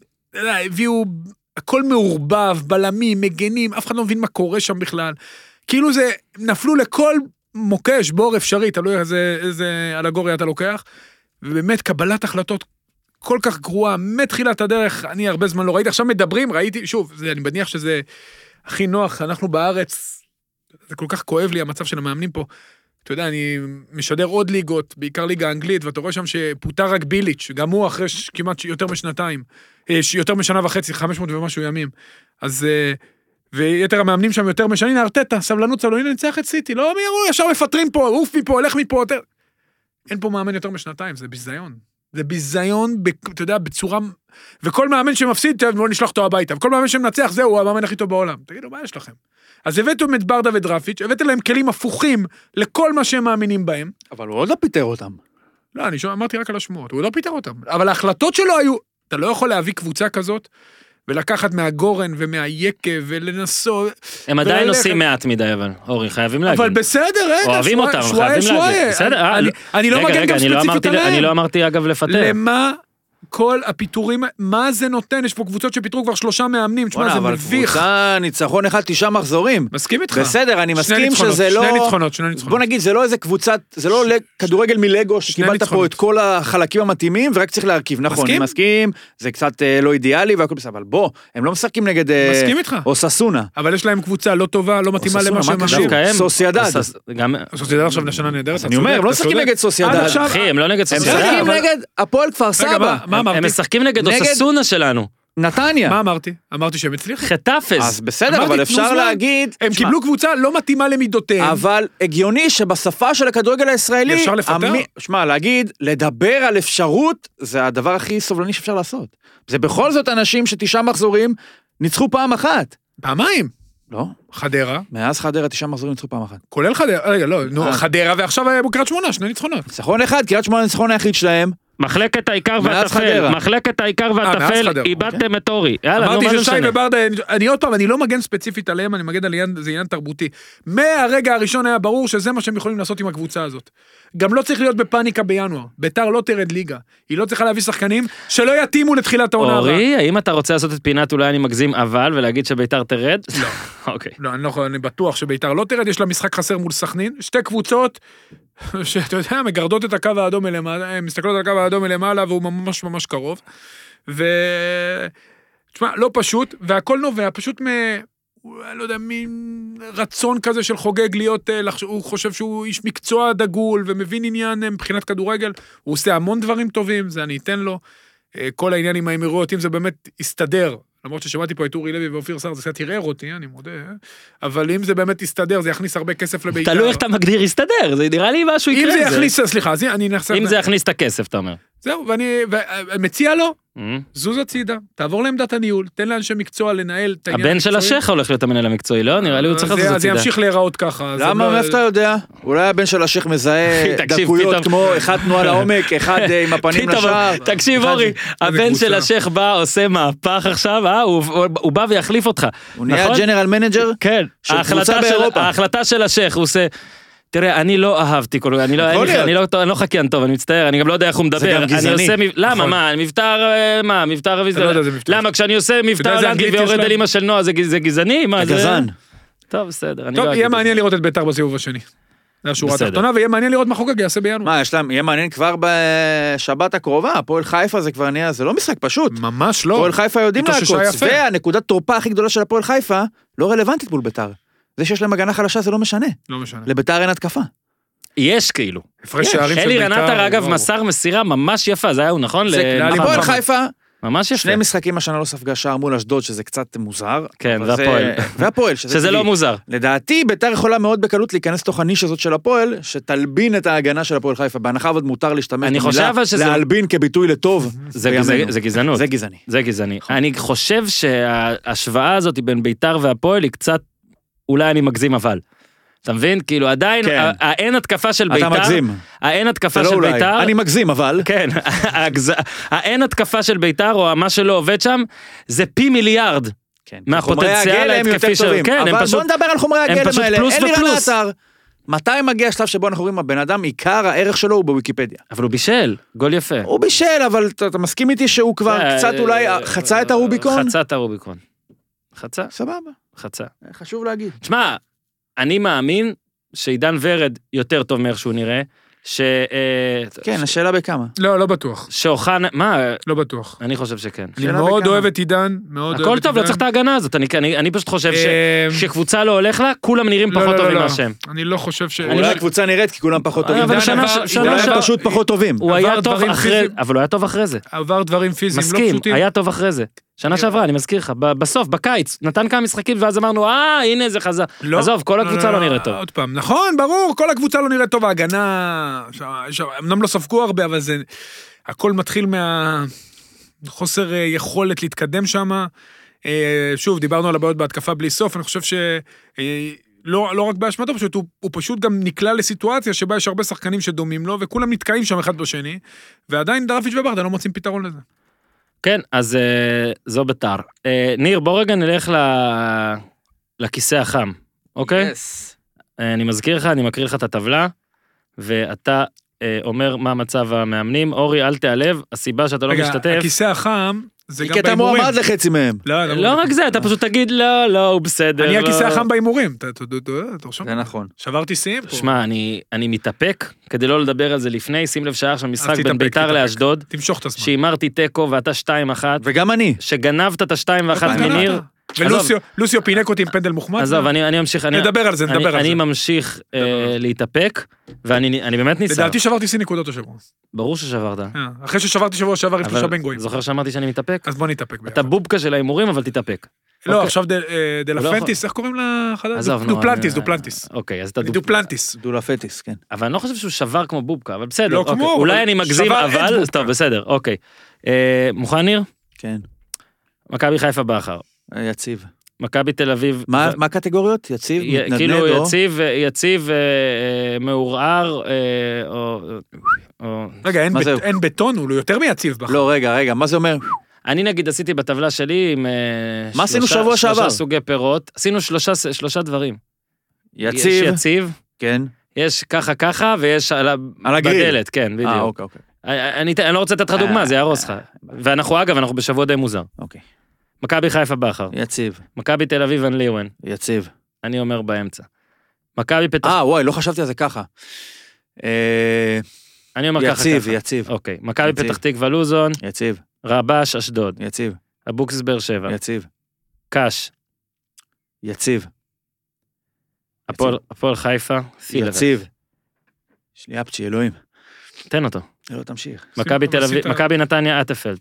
הביאו, הכל מעורבב, בלמים, מגנים, אף אחד לא מבין מה קורה שם בכלל. כאילו זה, נפלו לכל מוקש, בור אפשרי, תלוי איזה, איזה אלגוריה אתה לוקח, ובאמת קבלת החלטות כל כך גרועה, מתחילת הדרך, אני הרבה זמן לא ראיתי, עכשיו מדברים, ראיתי, שוב, זה, אני מניח שזה הכי נוח, אנחנו בארץ, זה כל כך כואב לי המצב של המאמנים פה, אתה יודע, אני משדר עוד ליגות, בעיקר ליגה האנגלית, ואתה רואה שם שפוטר רק ביליץ', גם הוא אחרי כמעט יותר משנתיים, יותר משנה וחצי, חמש מאות ומשהו ימים, אז, ויתר המאמנים שם יותר משנים, ארטטה, סבלנות, סבלנות, נצח את סיטי, לא, מי יראו, ישר מפטרים פה, אוף מפה, הולך מפה, יותר... אין פה מאמן יותר משנתיים, זה ביזיון. זה ביזיון, אתה יודע, בצורה... וכל מאמן שמפסיד, בוא נשלח אותו הביתה, וכל מאמן שמנצח, זהו, הוא המאמן הכי טוב בעולם. תגידו, מה יש לכם? אז הבאתם את ברדה ודרפיץ', הבאתם להם כלים הפוכים לכל מה שהם מאמינים בהם. אבל הוא עוד לא פיטר אותם. לא, אני אמרתי רק על השמועות, הוא לא פיטר אותם. אבל ההחלטות שלו היו, אתה לא יכול להביא קבוצה כזאת, ולקחת מהגורן ומהיקב ולנסות... הם עדיין עושים מעט מדי, אבל, אורי, חייבים להגיד. אבל בסדר, רגע, אוהבים אותם, חייבים להגיד. בסדר, אני לא מגן גם ספציפית עליהם. אני לא אמרתי, אגב, לפטר. למה כל הפיטורים, מה זה נותן? יש פה קבוצות שפיטרו כבר שלושה מאמנים, תשמע, זה מביך. אבל קבוצה ניצחון אחד, תשעה מחזורים. מסכים איתך. בסדר, אני מסכים שזה לא... שני ניצחונות, שני ניצחונות. בוא נגיד, זה לא איזה קבוצת, זה לא כדורגל מלגו, שקיבלת פה את כל החלקים המתאימים, ורק צריך להרכיב. נכון, אני מסכים, זה קצת לא אידיאלי, והכל בסדר, אבל בוא, הם לא משחקים נגד אוססונה. אבל יש להם קבוצה לא טובה, לא מתאימה למה שהם משהו. סוסיידד. סוסיידד עכשיו לשנה נהדרת. אני אומר, הם לא משחקים נגד סוסיידד. אחי, הם לא נגד סוסיידד. הם משחקים נגד הפועל כפר סבא. הם משחקים נגד אוססונה שלנו. נתניה. מה אמרתי? אמרתי שהם הצליחו. חטאפס. אז בסדר, אבל אפשר להגיד... הם קיבלו קבוצה לא מתאימה למידותיהם. אבל הגיוני שבשפה של הכדורגל הישראלי... אפשר לפטר? שמע, להגיד, לדבר על אפשרות, זה הדבר הכי סובלני שאפשר לעשות. זה בכל זאת אנשים שתשעה מחזורים ניצחו פעם אחת. פעמיים. לא. חדרה. מאז חדרה תשעה מחזורים ניצחו פעם אחת. כולל חדרה, רגע, לא, נו, חדרה ועכשיו קריית שמונה, שני ניצחונות. ניצחון אחד, קריית שמונה ניצחון היחיד שלהם. מחלקת העיקר והטפל, מחלקת העיקר והטפל, איבדתם את אורי. אמרתי ששי וברדה, אני עוד פעם, אני לא מגן ספציפית עליהם, אני מגן על עניין, זה עניין תרבותי. מהרגע הראשון היה ברור שזה מה שהם יכולים לעשות עם הקבוצה הזאת. גם לא צריך להיות בפאניקה בינואר. ביתר לא תרד ליגה. היא לא צריכה להביא שחקנים שלא יתאימו לתחילת העונה הבאה. אורי, האם אתה רוצה לעשות את פינת, אולי אני מגזים אבל, ולהגיד שביתר תרד? לא. אוקיי. לא, אני לא יכול, אני בטוח שביתר לא תרד, יש לה משחק חסר מול סכנין, שתי קבוצות שאתה יודע, מגרדות את הקו האדום מלמעלה, מסתכלות על הקו האדום מלמעלה, והוא ממש ממש קרוב. ו... תשמע, לא פשוט, והכל נובע, פשוט מ... אני לא יודע, מין רצון כזה של חוגג להיות, הוא חושב שהוא איש מקצוע דגול, ומבין עניין מבחינת כדורגל, הוא עושה המון דברים טובים, זה אני אתן לו. כל העניין עם האמירויות, אם זה באמת יסתדר, למרות ששמעתי פה את אורי לוי ואופיר שר, זה קצת יראה אותי, אני מודה, אבל אם זה באמת יסתדר, זה יכניס הרבה כסף לביתר. תלוי איך אתה מגדיר יסתדר, זה נראה לי משהו יקרה. אם זה יכניס, סליחה, אני נחשב... אם זה יכניס את הכסף, אתה אומר. זהו, ואני מציע לו, זוז הצידה, תעבור לעמדת הניהול, תן לאנשי מקצוע לנהל את העניין הבן של השייך הולך להיות המנהל המקצועי, לא? נראה לי הוא צריך לזוז הצידה. זה ימשיך להיראות ככה. למה, מאיפה אתה יודע? אולי הבן של השייך מזהה דקויות כמו אחד תנועה לעומק, אחד עם הפנים לשער. תקשיב אורי, הבן של השייך בא, עושה מהפך עכשיו, הוא בא ויחליף אותך. הוא נהיה ג'נרל מנג'ר? כן. ההחלטה של השייך, הוא עושה... תראה, אני לא אהבתי, אני לא חקיין טוב, אני מצטער, אני גם לא יודע איך הוא מדבר. זה גם גזעני. למה, מה, מבטר, מה, מבטר רוויזיה? למה, כשאני עושה מבטר הולנדי ויורד על אמא של נועה, זה גזעני? מה, זה... גזען. טוב, בסדר. טוב, יהיה מעניין לראות את בית"ר בסיבוב השני. זה השורה התחתונה, ויהיה מעניין לראות מה חוגג יעשה בינואר. מה, יש להם, יהיה מעניין כבר בשבת הקרובה, הפועל חיפה זה כבר נהיה, זה לא משחק פשוט. ממש לא. הפועל חיפה יודעים לעקוץ, והנקודת תורפה הכי גדולה של הפועל חיפה לא רלוונטית מול בית"ר. זה שיש להם הגנה חלשה זה לא משנה. לא משנה. לבית"ר אין התקפה. יש כאילו. הפרש שערים של בית"ר. אלי רנטר אגב מסר מסירה ממש יפה, זה היה הוא נכון? הפועל חיפה. ממש יפה. שני משחקים השנה לא ספגה שער מול אשדוד שזה קצת מוזר. כן, והפועל. והפועל. שזה לא מוזר. לדעתי בית"ר יכולה מאוד בקלות להיכנס תוך הניש הזאת של הפועל, שתלבין את ההגנה של הפועל חיפה. בהנחה עוד מותר להשתמש במילה להלבין כביטוי לטוב. זה גזענות. זה גזעני. זה גזעני. אני חושב שההשוואה הזאת בין בית"ר והפועל היא קצת, אולי אני מגזים אבל. אתה מבין? כאילו עדיין, האין התקפה של בית"ר, אתה מגזים. האין התקפה של בית"ר, אני מגזים אבל. כן, האין התקפה של בית"ר, או מה שלא עובד שם, זה פי מיליארד. מהפוטנציאל ההתקפי של... אבל בוא נדבר על חומרי הגלם האלה. אלי רנטר. מתי מגיע השלב שבו אנחנו רואים הבן אדם, עיקר הערך שלו הוא בוויקיפדיה. אבל הוא בישל, גול יפה. הוא בישל, אבל אתה מסכים איתי שהוא כבר קצת אולי חצה את הרוביקון? חצה את הרוביקון. חצה? סבבה. חצה. חשוב להגיד. תשמע, אני מאמין שעידן ורד יותר טוב מאיך שהוא נראה, ש... כן, השאלה בכמה. לא, לא בטוח. שאוחן... מה? לא בטוח. אני חושב שכן. אני מאוד אוהב את עידן, מאוד אוהב את עידן. הכל טוב, לא צריך את ההגנה הזאת. אני פשוט חושב שכשקבוצה לא הולך לה, כולם נראים פחות טובים מהשם. אני לא חושב ש... אולי הקבוצה נראית כי כולם פחות טובים. אבל שנה... הם פשוט פחות טובים. הוא היה טוב אחרי... אבל הוא היה טוב אחרי זה. עבר דברים פיזיים לא פשוטים. מסכים, היה טוב אחרי זה. שנה שעברה, אני מזכיר לך, בסוף, בקיץ, נתן כמה משחקים, ואז אמרנו, אה, הנה זה חזר. עזוב, כל הקבוצה לא נראית טוב. עוד פעם, נכון, ברור, כל הקבוצה לא נראית טוב, ההגנה, אמנם לא ספגו הרבה, אבל זה, הכל מתחיל מהחוסר יכולת להתקדם שם. שוב, דיברנו על הבעיות בהתקפה בלי סוף, אני חושב ש... לא, לא רק באשמתו, פשוט הוא, הוא פשוט גם נקלע לסיטואציה שבה יש הרבה שחקנים שדומים לו, וכולם נתקעים שם אחד בשני, ועדיין דרפיץ' וברדה לא מוצאים פתרון לזה. כן, אז זו בית"ר. ניר, בוא רגע נלך לכיסא החם, אוקיי? אני מזכיר לך, אני מקריא לך את הטבלה, ואתה אומר מה מצב המאמנים. אורי, אל תיעלב, הסיבה שאתה לא משתתף... רגע, הכיסא החם... כי אתה מועמד לחצי מהם. לא רק זה, אתה פשוט תגיד לא, לא, הוא בסדר. אני הכיסא החם בהימורים. זה נכון. שברתי שיאים פה. שמע, אני מתאפק, כדי לא לדבר על זה לפני, שים לב שהיה שם משחק בין בית"ר לאשדוד, תמשוך את הזמן. שאימרתי טקו ואתה שתיים אחת. וגם אני. שגנבת את השתיים ואחת מניר. ולוסיו פינק אותי עם פנדל מוחמד. עזוב, אני אמשיך. נדבר על זה, נדבר על זה. אני ממשיך להתאפק, ואני באמת ניסה. לדעתי שברתי שיא נקודות השבוע. ברור ששברת. אחרי ששברתי שבוע שעבר עם שלושה בנגויים. זוכר שאמרתי שאני מתאפק? אז בוא נתאפק. אתה בובקה של ההימורים, אבל תתאפק. לא, עכשיו דלפנטיס, איך קוראים לחדש? דופלנטיס, דופלנטיס. אוקיי, אז אתה דופלנטיס. דולפטיס, כן. אבל אני לא חושב שהוא שבר כמו בובקה, אבל בסדר. אולי אני מגזים, אבל... טוב, בסדר, אוקיי. מוכן ניר? כן. מכבי חיפה באחר. יציב. מכבי תל אביב. מה הקטגוריות? יציב? מתנדנד? כאילו יציב, יציב, מעורער, או... רגע, אין בטון, הוא יותר מייציב באחר. לא, רגע, רגע, מה זה אומר? אני נגיד עשיתי בטבלה שלי עם... מה עשינו שבוע שעבר? שלושה סוגי פירות, עשינו שלושה דברים. יציב. יש יציב. כן. יש ככה ככה, ויש על בדלת, כן, בדיוק. אה, אוקיי, אוקיי. אני לא רוצה לתת לך דוגמה, זה יהרוס לך. ואנחנו, אגב, אנחנו בשבוע די מוזר. אוקיי. מכבי חיפה באחר. יציב. מכבי תל אביב אנלי ווין. יציב. אני אומר באמצע. מכבי פתח... אה, וואי, לא חשבתי על זה ככה. אני אומר ככה ככה. יציב, יציב. אוקיי. מכבי פתח תקווה לוזון. יציב. רבש אשדוד. יציב. אבוקסיס באר שבע. יציב. קאש. יציב. הפועל חיפה. יציב. יש לי אפצ'י, אלוהים. תן אותו. לא, תמשיך. מכבי תל אביב, מכבי נתניה אטפלד.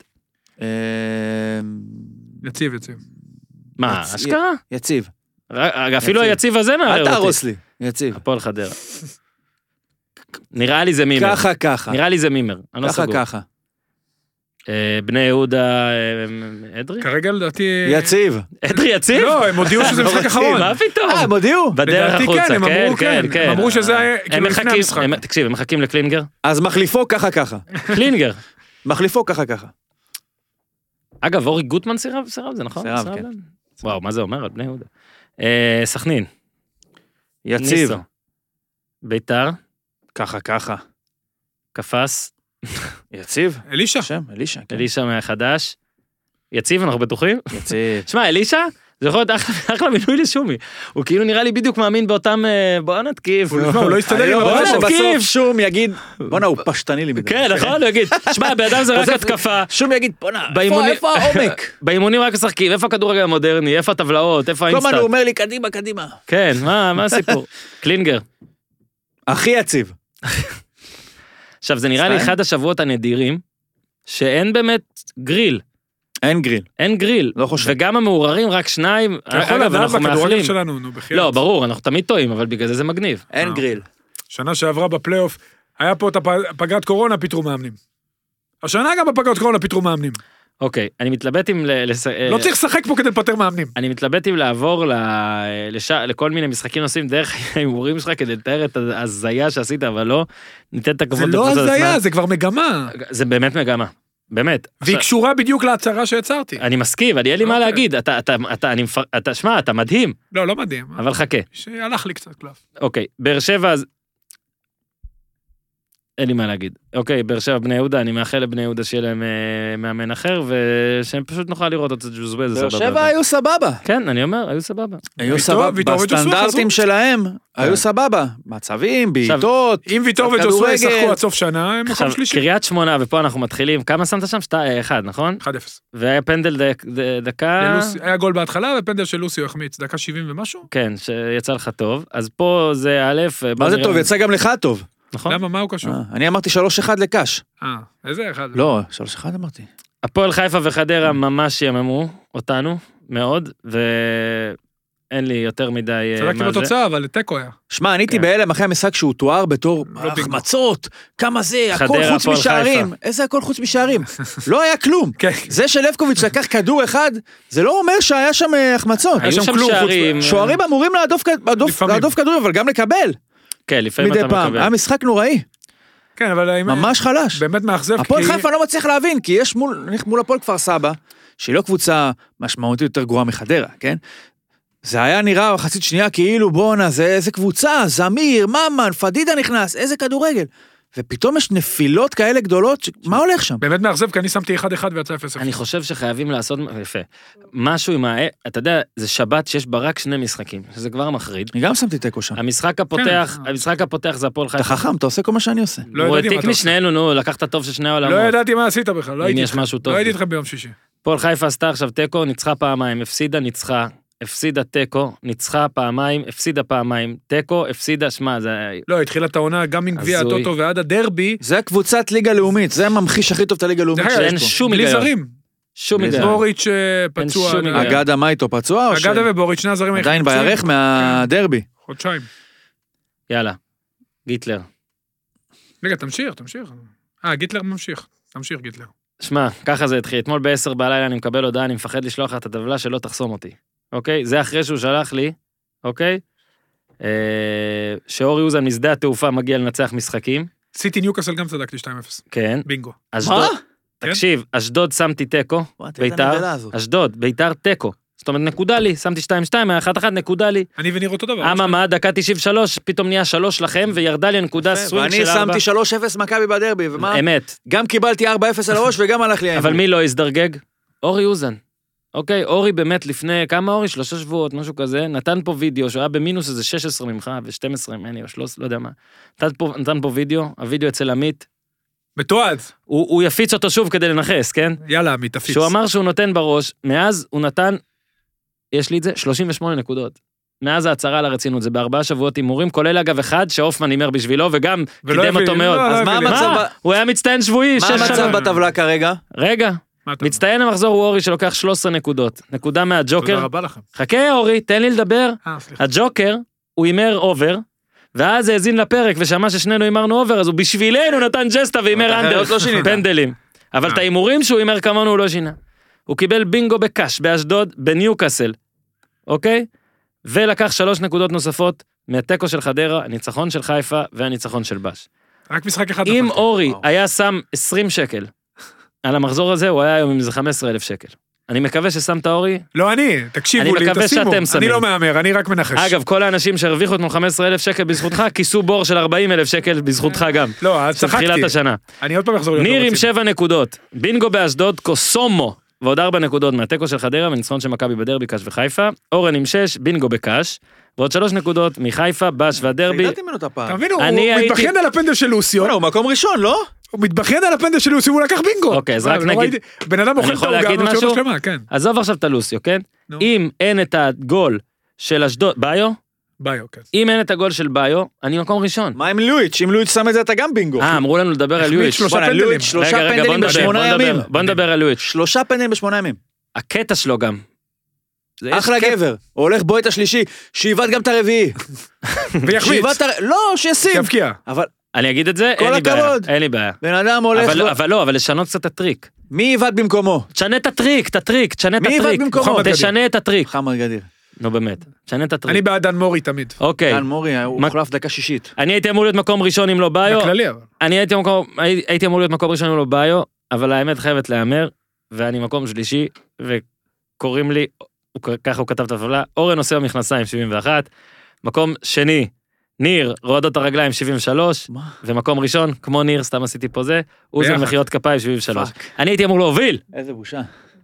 יציב, יציב. מה, אשכרה? יציב. אפילו היציב הזה מעלה אותי. אל תהרוס לי, יציב. הפועל חדרה. נראה לי זה מימר. ככה, ככה. נראה לי זה מימר. ככה, ככה. בני יהודה, אדרי? כרגע לדעתי... יציב. אדרי יציב? לא, הם הודיעו שזה משחק אחרון. מה פתאום? אה, הם הודיעו? בדרך החוצה, כן, הם אמרו כן. הם אמרו שזה היה כאילו לפני המשחק. תקשיב, הם מחכים לקלינגר? אז מחליפו ככה ככה. קלינגר. מחליפו ככה ככה. אגב, אורי גוטמן סירב, סירב, זה נכון? סירב, כן. וואו, מה זה אומר על בני יהודה? סכנין. יציב. ביתר. ככה ככה. קפס. יציב. אלישה. שם, אלישה. אלישה מהחדש. יציב, אנחנו בטוחים? יציב. תשמע, אלישה, זה יכול להיות אחלה מינוי לשומי. הוא כאילו נראה לי בדיוק מאמין באותם, בוא נתקיף. הוא לא יסתדר עם הבא שבסוף שום יגיד, בוא'נה, הוא פשטני לי מדי. כן, נכון, הוא יגיד, תשמע, באדם זה רק התקפה. שום יגיד, בוא'נה, איפה העומק? באימונים רק משחקים, איפה הכדורגל המודרני, איפה הטבלאות, איפה האינסטאט. כל מה הוא אומר לי, קדימה, קדימה. כן, מה הסיפור? קלינגר. הכי יציב. עכשיו, זה נראה לי אחד השבועות הנדירים, שאין באמת גריל. אין גריל. אין גריל. לא חושב. וגם המעוררים, רק שניים. אתה יכול לדעת בכדורגל שלנו, נו, בחייאת. לא, ברור, אנחנו תמיד טועים, אבל בגלל זה זה מגניב. אין גריל. שנה שעברה בפלייאוף, היה פה את הפגרת קורונה, פיתרו מאמנים. השנה גם בפגרת קורונה, פיתרו מאמנים. אוקיי, אני מתלבט עם... לא צריך לשחק פה כדי לפטר מאמנים. אני מתלבט עם לעבור לכל מיני משחקים נוסעים דרך ההימורים שלך כדי לתאר את ההזיה שעשית, אבל לא, ניתן את הכבוד. זה לא הזיה, זה כבר מגמה. זה באמת מגמה, באמת. והיא קשורה בדיוק להצהרה שיצרתי. אני מסכים, אני אין לי מה להגיד, אתה, שמע, אתה מדהים. לא, לא מדהים. אבל חכה. שהלך לי קצת קלף. אוקיי, באר שבע, אין לי מה להגיד. אוקיי, באר שבע בני יהודה, אני מאחל לבני יהודה שיהיה להם מאמן אחר, ושהם פשוט נוכל לראות את ג'וזבז. באר שבע היו סבבה. כן, אני אומר, היו סבבה. היו סבבה, בסטנדרטים שלהם, היו סבבה. מצבים, בעיטות, אם ויטור וג'וסווה ישחקו עד סוף שנה, הם מקום שלישי. קריית שמונה, ופה אנחנו מתחילים, כמה שמת שם? אחד, נכון? אחד אפס. והיה פנדל דקה... היה גול בהתחלה, ופנדל של לוסי החמיץ, דקה שבעים ומשהו. כן, שיצא לך טוב. אז פה זה א', מה זה טוב? יצא גם לך טוב. נכון? למה, מה הוא קשור? אני אמרתי שלוש אחד לקש. אה, איזה אחד? לא, שלוש אחד אמרתי. הפועל חיפה וחדרה ממש יממו אותנו, מאוד, ואין לי יותר מדי מה זה. צדקתי בתוצאה, אבל תיקו היה. שמע, אני הייתי בהלם אחרי המשחק שהוא תואר בתור החמצות, כמה זה, הכל חוץ משערים. איזה הכל חוץ משערים? לא היה כלום. זה שלבקוביץ' לקח כדור אחד, זה לא אומר שהיה שם החמצות. היו שם שערים. שוערים אמורים להדוף כדור, אבל גם לקבל. כן, לפעמים אתה מקבל. היה משחק נוראי. כן, אבל... ממש חלש. באמת מאכזב. הפועל חיפה לא מצליח להבין, כי יש מול הפועל כפר סבא, שהיא לא קבוצה משמעותית יותר גרועה מחדרה, כן? זה היה נראה בחצית שנייה כאילו בונה, זה איזה קבוצה, זמיר, ממן, פדידה נכנס, איזה כדורגל. ופתאום יש נפילות כאלה גדולות, מה הולך שם? באמת מאכזב, כי אני שמתי אחד אחד ויצא אפס אפס. אני חושב שחייבים לעשות, יפה, משהו עם ה... אתה יודע, זה שבת שיש בה רק שני משחקים, שזה כבר מחריד. אני גם שמתי תיקו שם. המשחק הפותח, המשחק הפותח זה הפועל חיפה. אתה חכם, אתה עושה כל מה שאני עושה. הוא העתיק משנינו, נו, לקחת טוב של שני העולמות. לא ידעתי מה עשית בכלל, לא הייתי איתכם ביום שישי. הפועל חיפה עשתה עכשיו תיקו, ניצחה פעמיים, הפסידה, ניצחה. הפסידה תיקו, ניצחה פעמיים, הפסידה פעמיים, תיקו, הפסידה, שמה, זה... לא, התחילה את העונה גם עם גביע הטוטו ועד הדרבי. זה קבוצת ליגה לאומית, זה ממחיש הכי טוב את הליגה לאומית. אין שום היגיון. בלי זרים. שום היגיון. בוריץ' פצוע. אגדה מה איתו פצוע? אגדה ובוריץ' שני הזרים. עדיין בירך מהדרבי. חודשיים. יאללה, גיטלר. רגע, תמשיך, תמשיך. אה, גיטלר ממשיך. תמשיך, גיטלר. שמע, ככה זה התחיל. אתמול בעשר בלילה אני מקבל הודעה, אני מפחד לשלוח את הטבלה שלא תחסום אותי. אוקיי? זה אחרי שהוא שלח לי, אוקיי? שאורי אוזן משדה התעופה מגיע לנצח משחקים. סיטי ניוקאסל גם צדקתי שתיים אפס. כן. בינגו. מה? תקשיב, אשדוד שמתי תיקו, ביתר, אשדוד, ביתר תיקו. זאת אומרת, נקודה לי, שמתי שתיים שתיים, אחת אחת נקודה לי. אני וניר אותו דבר. אממה, דקה תשעים ושלוש, פתאום נהיה שלוש לכם, וירדה לי נקודה סווינג של ארבע. ואני שמתי שלוש אפס מכבי בדרבי, ומה? אמת. גם קיבלתי ארבע אפס על הראש, וגם הלך לי... אבל מי לא הזדרגג? אורי אוזן. אוקיי, אורי באמת לפני, כמה אורי? שלושה שבועות, משהו כזה, נתן פה וידאו, שהוא היה במינוס איזה שש עשרה ממך, ו-שתים עשרה ממני, או שלוש עשרה, לא יודע מה. נתן פה, נתן פה וידאו, הוידאו אצל עמית. מתועד. הוא, הוא יפיץ אותו שוב כדי לנחס, כן? יאללה, עמית, תפיץ. שהוא אמר שהוא נותן בראש, מאז הוא נתן, יש לי את זה, שלושים ושמונה נקודות. מאז ההצהרה על הרצינות, זה בארבעה שבועות אימורים, כולל אגב אחד שאופמן הימר בשבילו, וגם קידם אותו מאוד. אז מה המצב? הוא היה מצטיין שבועי. מה המצב בטבלה כרגע? רגע. מצטיין המחזור הוא אורי שלוקח שלוש עשרה נקודות, נקודה מהג'וקר. תודה רבה לכם. חכה אורי, תן לי לדבר. הג'וקר, הוא הימר אובר, ואז האזין לפרק ושמע ששנינו הימרנו אובר, אז הוא בשבילנו נתן ג'סטה והימר אנדר, פנדלים. אבל את האימורים שהוא אימר כמונו הוא לא שינה. הוא קיבל בינגו בקש, באשדוד, בניוקאסל, אוקיי? ולקח שלוש נקודות נוספות מהטקו של חדרה, הניצחון של חיפה והניצחון של בש. רק משחק אחד. אם אורי היה שם עשרים שקל על המחזור הזה, הוא היה היום עם איזה חמישה עשר אלף שקל. אני מקווה ששמת אורי. לא אני, תקשיבו לי, תשימו. אני לא מאמר, אני רק מנחש. אגב, כל האנשים שהרוויחו אתנו חמישה עשר אלף שקל בזכותך, כיסו בור של ארבעים אלף שקל בזכותך גם. לא, אז צחקתי. תחילת השנה. אני עוד פעם אחזור. ניר עם שבע נקודות, בינגו באשדוד, קוסומו, ועוד ארבע נקודות מהטקו של חדרה, וניצחון של מכבי בדרבי, קש וחיפה. אורן עם שש, בינגו בקש, ועוד שלוש נקודות מחיפה, בש והדרבי. תבינו, הוא מתבחן על הפנדל של לוסיו. הוא מקום ראשון, לא? הוא מתבחן על הפנדל של לוסיו, הוא לקח בינגו. אוקיי, אז רק נגיד. בן אדם אוכל את העוגה, עזוב עכשיו את הלוסיו, כן? אם אין את הגול של אשדוד, ביו? ביו, כן. אם אין את הגול של ביו, אני מקום ראשון. מה עם לואיץ'? אם לואיץ' שם את זה, אתה גם בינגו. אה, אמרו לנו לדבר על לואיץ'. שלושה פנדלים בשמונה ימים. בוא נדבר על לואיץ'. שלושה פנדלים בשמונה ימים. הקטע שלו גם. אחלה גבר. הוא הולך בו את השלישי, שיבד גם את הרביעי. ויחמיץ. לא, שישים. שיבקיע. אבל... אני אגיד את זה, אין לי בעיה. אין לי בעיה. בן אדם הולך... אבל לא, אבל לשנות קצת את הטריק. מי יבד במקומו? תשנה את הטריק, את הטריק, תשנה את הטריק. מי יבד במקומו? תשנה את הטריק. חמד גדיר. נו באמת, תשנה את הטריק. אני בעד דן מורי תמיד. אוקיי. דן מורי, הוא הוחלף דקה שישית. אני הייתי אמור להיות מקום ראשון אם לא ביו. בכללי אבל. אני הייתי אמור להיות מקום ראשון אם לא ביו, אבל האמת חייבת להיאמר, ואני מקום שלישי, וקוראים לי, ככה הוא כתב את הפעולה, אורן עושה במכנסיים שבעים ואחת, מקום שני, ניר, רועדות הרגליים שבעים ושלוש, ומקום ראשון, כמו ניר, סתם עשיתי פה זה, אוזן מחיאות כפיים שבעים ושלוש. אני הייתי אמור להוביל. איזה בושה.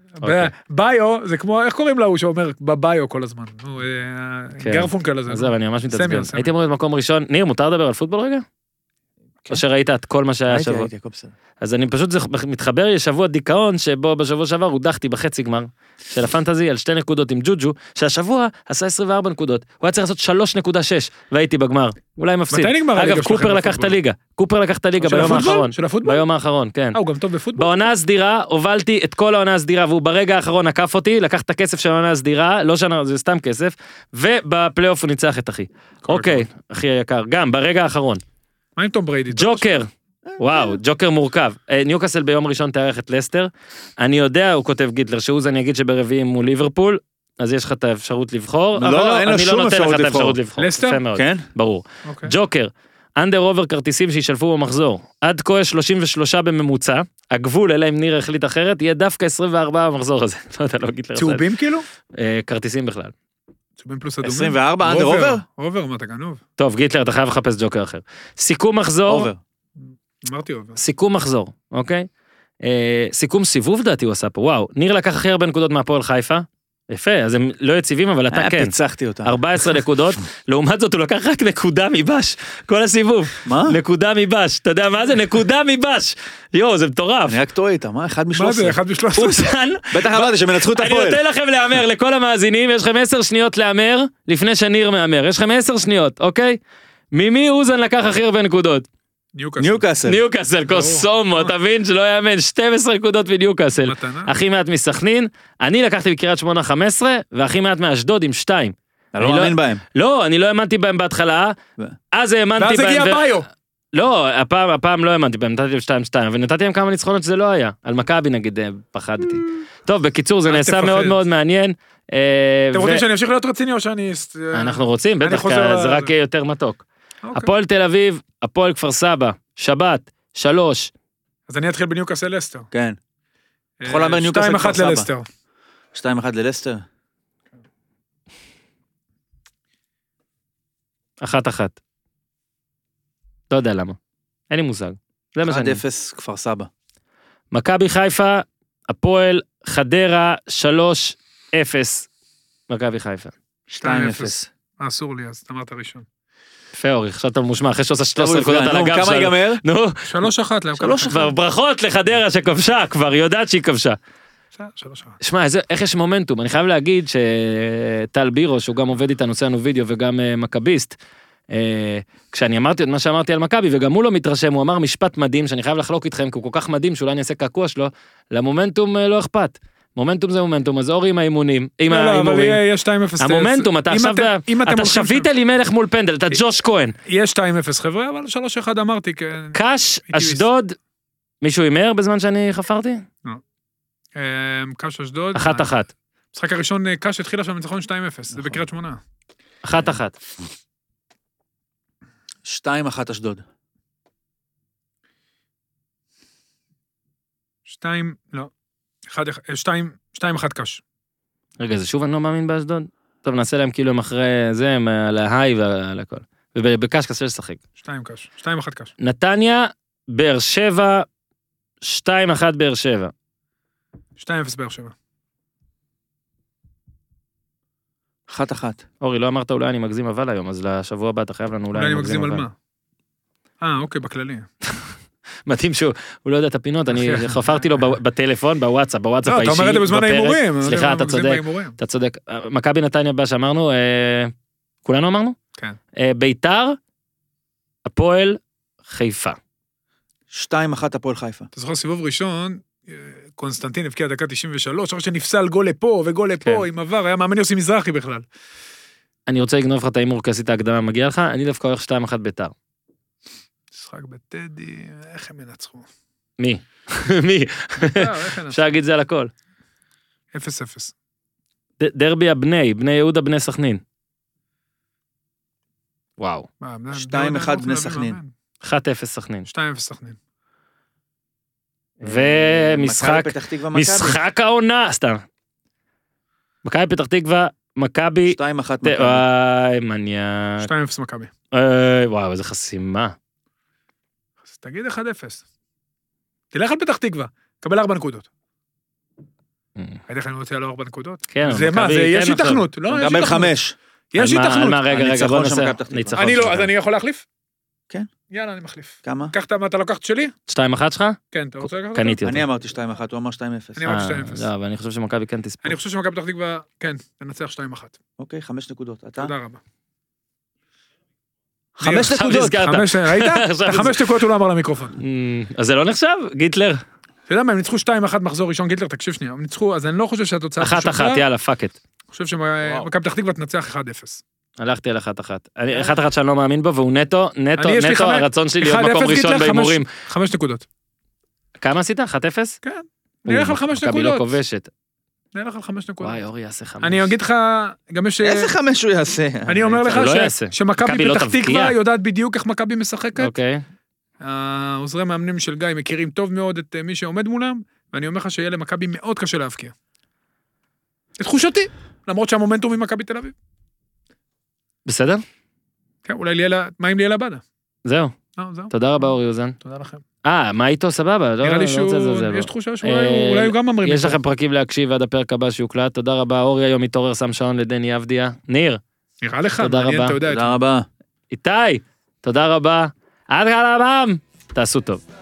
ביו, זה כמו, איך קוראים להוא שאומר בביו כל הזמן? גרפונקל הזה. עזוב, אני ממש מתעצבן. הייתי אמור להיות מקום ראשון. ניר, מותר לדבר על פוטבול רגע? או שראית את כל מה שהיה שבוע? הייתי, הייתי, הכל בסדר. אז אני פשוט, זה מתחבר לי שבוע דיכאון, שבו בשבוע שעבר הודחתי בחצי גמר של הפנטזי על שתי נקודות עם ג'וג'ו, שהשבוע עשה עשרים וארבע נקודות. הוא היה צריך לעשות שלוש נקודה שש, והייתי בגמר. אולי מפסיד. מתי נגמר הליגה אגב, קופר לקח את הליגה. קופר לקח את הליגה ביום האחרון. של הפוטבול? ביום האחרון, כן. אה, הוא גם טוב בפוטבול? בעונה הסדירה, הובלתי את כל העונה הסדירה, והוא ברגע האחרון עקף אותי, לקח את הכסף של העונה הסדירה, לא שנה, זה סתם כסף, ובפלייאוף הוא ניצח את אחי. אוקיי, אחי היקר, גם ברגע האחרון. מה עם תום בריידי? ג'וקר. וואו, ג'וקר מורכב. ניוקאסל ביום ראשון תארח את לסטר. אני יודע, הוא כותב גיטלר, שהוא אני אגיד שברביעים מול ליברפול, אז יש לך את האפשרות לבחור, אבל לא, אני לא נותן לך את האפשרות לבחור. לסטר? כן. ברור. ג'וקר, אנדר אובר כרטיסים שישלפו במחזור. עד כה שלושים ושלוש בממוצע, הגבול, אלא אם ניר החליט אחרת, יהיה דווקא עשרים וארבע במחזור הזה. לא יודע, לא גיטלר. צהובים כאילו? כרטיסים בכלל. צהובים פלוס אדומים. עשרים וארבע, אנדר אובר? אובר, מה אתה גנוב? טוב, גיטלר, אתה חייב לחפש ג'וקר אחר. סיכום מחזור. אובר. אמרתי אובר. סיכום מחזור, אוקיי? אה, סיכום סיבוב דעתי הוא עשה פה, וואו. ניר לקח הכי הרבה נקודות מהפועל חיפה. יפה, אז הם לא יציבים, אבל אתה כן. פיצחתי אותם. ארבע עשרה נקודות, לעומת זאת הוא לקח רק נקודה מבש, כל הסיבוב. מה? נקודה מבש, אתה יודע מה זה? נקודה מבש. יואו, זה מטורף. אני רק טועה איתם, מה? אחד משלוש עשרה. מה זה? אחד משלוש עשרה. בטח אמרתי שמנצחו את הפועל. אני נותן לכם להמר, לכל המאזינים, יש לכם עשר שניות להמר, לפני שניר מאמר. יש לכם עשר שניות, אוקיי? ממי אוזן לקח הכי הרבה נקודות? ניוקאסל. ניוקאסל, קוסומו, תבין שלא יאמן, שתים עשרה נקודות מניוקאסל. הכי מעט מסכנין, אני לקחתי בקריית שמונה חמש עשרה, והכי מעט מאשדוד עם שתיים. אתה לא מאמין בהם. לא, אני לא האמנתי בהם בהתחלה, אז האמנתי בהם. ואז הגיע ביו. לא, הפעם, הפעם לא האמנתי בהם, נתתי להם שתיים שתיים, אבל נתתי להם כמה ניצחונות שזה לא היה. על מכבי נגיד, פחדתי. טוב, בקיצור, זה נעשה מאוד מאוד מעניין. אתם רוצים שאני אמשיך להיות רציני או שאני... אנחנו רוצים, בטח, זה רק יהיה יותר מתוק. הפועל תל אביב, הפועל כפר סבא, שבת, שלוש. אז אני אתחיל בניוקאסל לסטר. כן. אתה יכול לאמר ניוקאסל כפר סבא. שתיים אחת ללסטר. שתיים אחת ללסטר. אחת אחת. לא יודע למה. אין לי מושג. זה מה שאני. אחד אפס כפר סבא. מכבי חיפה, הפועל, חדרה, שלוש אפס. מכבי חיפה. שתיים אפס. אסור לי, אז אמרת ראשון. יפה אורי, עכשיו אתה מושמע, אחרי שעושה שלוש עשרה נקודות על הגב שלנו. כמה ייגמר? נו. שלוש אחת. כבר ברכות לחדרה שכבשה, כבר יודעת שהיא כבשה. שלוש אחת. שמע, איך יש מומנטום? אני חייב להגיד שטל בירו, שהוא גם עובד איתנו, עושה לנו וידאו וגם מכביסט, כשאני אמרתי את מה שאמרתי על מכבי, וגם הוא לא מתרשם, הוא אמר משפט מדהים, שאני חייב לחלוק איתכם, כי הוא כל כך מדהים, שאולי אני אעשה קעקוע שלו, למומנטום לא אכפת. מומנטום זה מומנטום, אז אורי עם האימונים, עם האימורים. המומנטום, אתה עכשיו, אתה שווית לי מלך מול פנדל, אתה ג'וש כהן. יש שתיים אפס חבר'ה, אבל שלוש אחד אמרתי. קש, אשדוד, מישהו הימר בזמן שאני חפרתי? לא. קש אשדוד. אחת אחת. המשחק הראשון קש התחיל עכשיו מניצחון שתיים אפס, זה בקריית שמונה. אחת אחת. שתיים אחת אשדוד. שתיים, לא. אחד, שתיים, שתיים אחת קש. רגע, זה שוב אני לא מאמין באשדוד? טוב, נעשה להם כאילו הם אחרי זה, הם על ההיי ועל הכל. ובקש קשה לשחק. שתיים קש, שתיים אחת קש. נתניה, באר שבע, שתיים אחת באר שבע. שתיים אפס באר שבע. אחת אחת. אורי, לא אמרת אולי אני מגזים אבל היום, אז לשבוע הבא אתה חייב לנו אולי אני מגזים על מה? אה, אוקיי, בכללי. מתאים שהוא לא יודע את הפינות, אני חפרתי לו בטלפון, בוואטסאפ, בוואטסאפ האישי. לא, אתה אומר את זה בזמן האימורים. סליחה, אתה צודק, אתה צודק. מכבי נתניה הבא שאמרנו, כולנו אמרנו? כן. ביתר, הפועל, חיפה. שתיים אחת הפועל חיפה. אתה זוכר סיבוב ראשון, קונסטנטין הבקיע דקה תשעים ושלוש, אחרי שנפסל גול לפה וגול לפה, עם עבר, היה מאמן יוסי מזרחי בכלל. אני רוצה לגנוב לך את האימור, כי עשית ההקדמה, מגיע לך, אני דווקא הולך שתיים אחת ביתר. משחק בטדי, איך הם ינצחו? מי? מי? אפשר להגיד זה על הכל. אפס אפס. דרבי הבני, בני יהודה, בני סכנין. וואו. שתיים אחת בני סכנין. אחת אפס סכנין. שתיים אפס סכנין. ומשחק, משחק העונה, סתם. מכבי פתח תקווה, מכבי. שתיים אחת מכבי. וואי, מניאק. שתיים אפס מכבי. וואו, איזה חסימה. אז תגיד אחד אפס. תלך על פתח תקווה, קבל ארבע נקודות. הייתי לך אני רוצה לו ארבע נקודות? כן. זה מה, יש התכנות. קבל חמש. יש התכנות. מה, רגע, רגע, בוא נעשה. אני לא, אז אני יכול להחליף? כן. יאללה, אני מחליף. כמה? קחת מה אתה לקחת שלי? שתיים אחת שלך? כן, אתה רוצה לקחת? קניתי אותו. אני אמרתי שתיים אחת, הוא אמר שתיים אפס. אני אמרתי שתיים אפס. לא, אבל אני חושב שמכבי כן תספור. אני חושב שמכבי פתח תקווה, כן, תנצח שתיים אחת. אוקיי, חמש נקודות. אתה? תודה רבה. חמש נקודות. ראית? חמש נקודות הוא לא אמר למיקרופון. אז זה לא נחשב? גיטלר? אתה יודע מה, הם ניצחו שתיים אחת מחזור ראשון, גיטלר, תקשיב שנייה, הם ניצחו, אז אני לא חושב שהתוצאה אחת אחת, יאללה, פאק את. אני חושב שמכבי פתח תקווה תנצח אחד אפס. הלכתי על אחת אחת. אחת אחת שאני לא מאמין בו, והוא נטו, נטו, נטו, הרצון שלי להיות מקום ראשון בהימורים. חמש נקודות. כמה עשית? אחת אפס? כן. נלך על חמש נקודות. מכבי לא כובשת. נלך על חמש נקודות. וואי, אורי יעשה חמש. אני אגיד לך, גם יש... איזה חמש הוא יעשה? אני אומר לך שמכבי פתח תקווה יודעת בדיוק איך מכבי משחקת. אוקיי. העוזרי מאמנים של גיא מכירים טוב מאוד את מי שעומד מולם, ואני אומר לך שיהיה למכבי מאוד קשה להבקיע. תחושתי, למרות שהמומנטום עם מכבי תל אביב. בסדר? כן, אולי ליאלה, מה עם ליאלה בדה? זהו. תודה רבה אורי אוזן. תודה לכם. אה, מה איתו? סבבה. נראה לי שהוא, יש תחושה שאולי הוא גם ממרים. יש לכם פרקים להקשיב עד הפרק הבא שיוקלט. תודה רבה. אורי היום מתעורר שם שעון לדני אבדיה. ניר. נראה לך, תודה רבה. תודה רבה. איתי, תודה רבה. עד כאן הבם. תעשו טוב.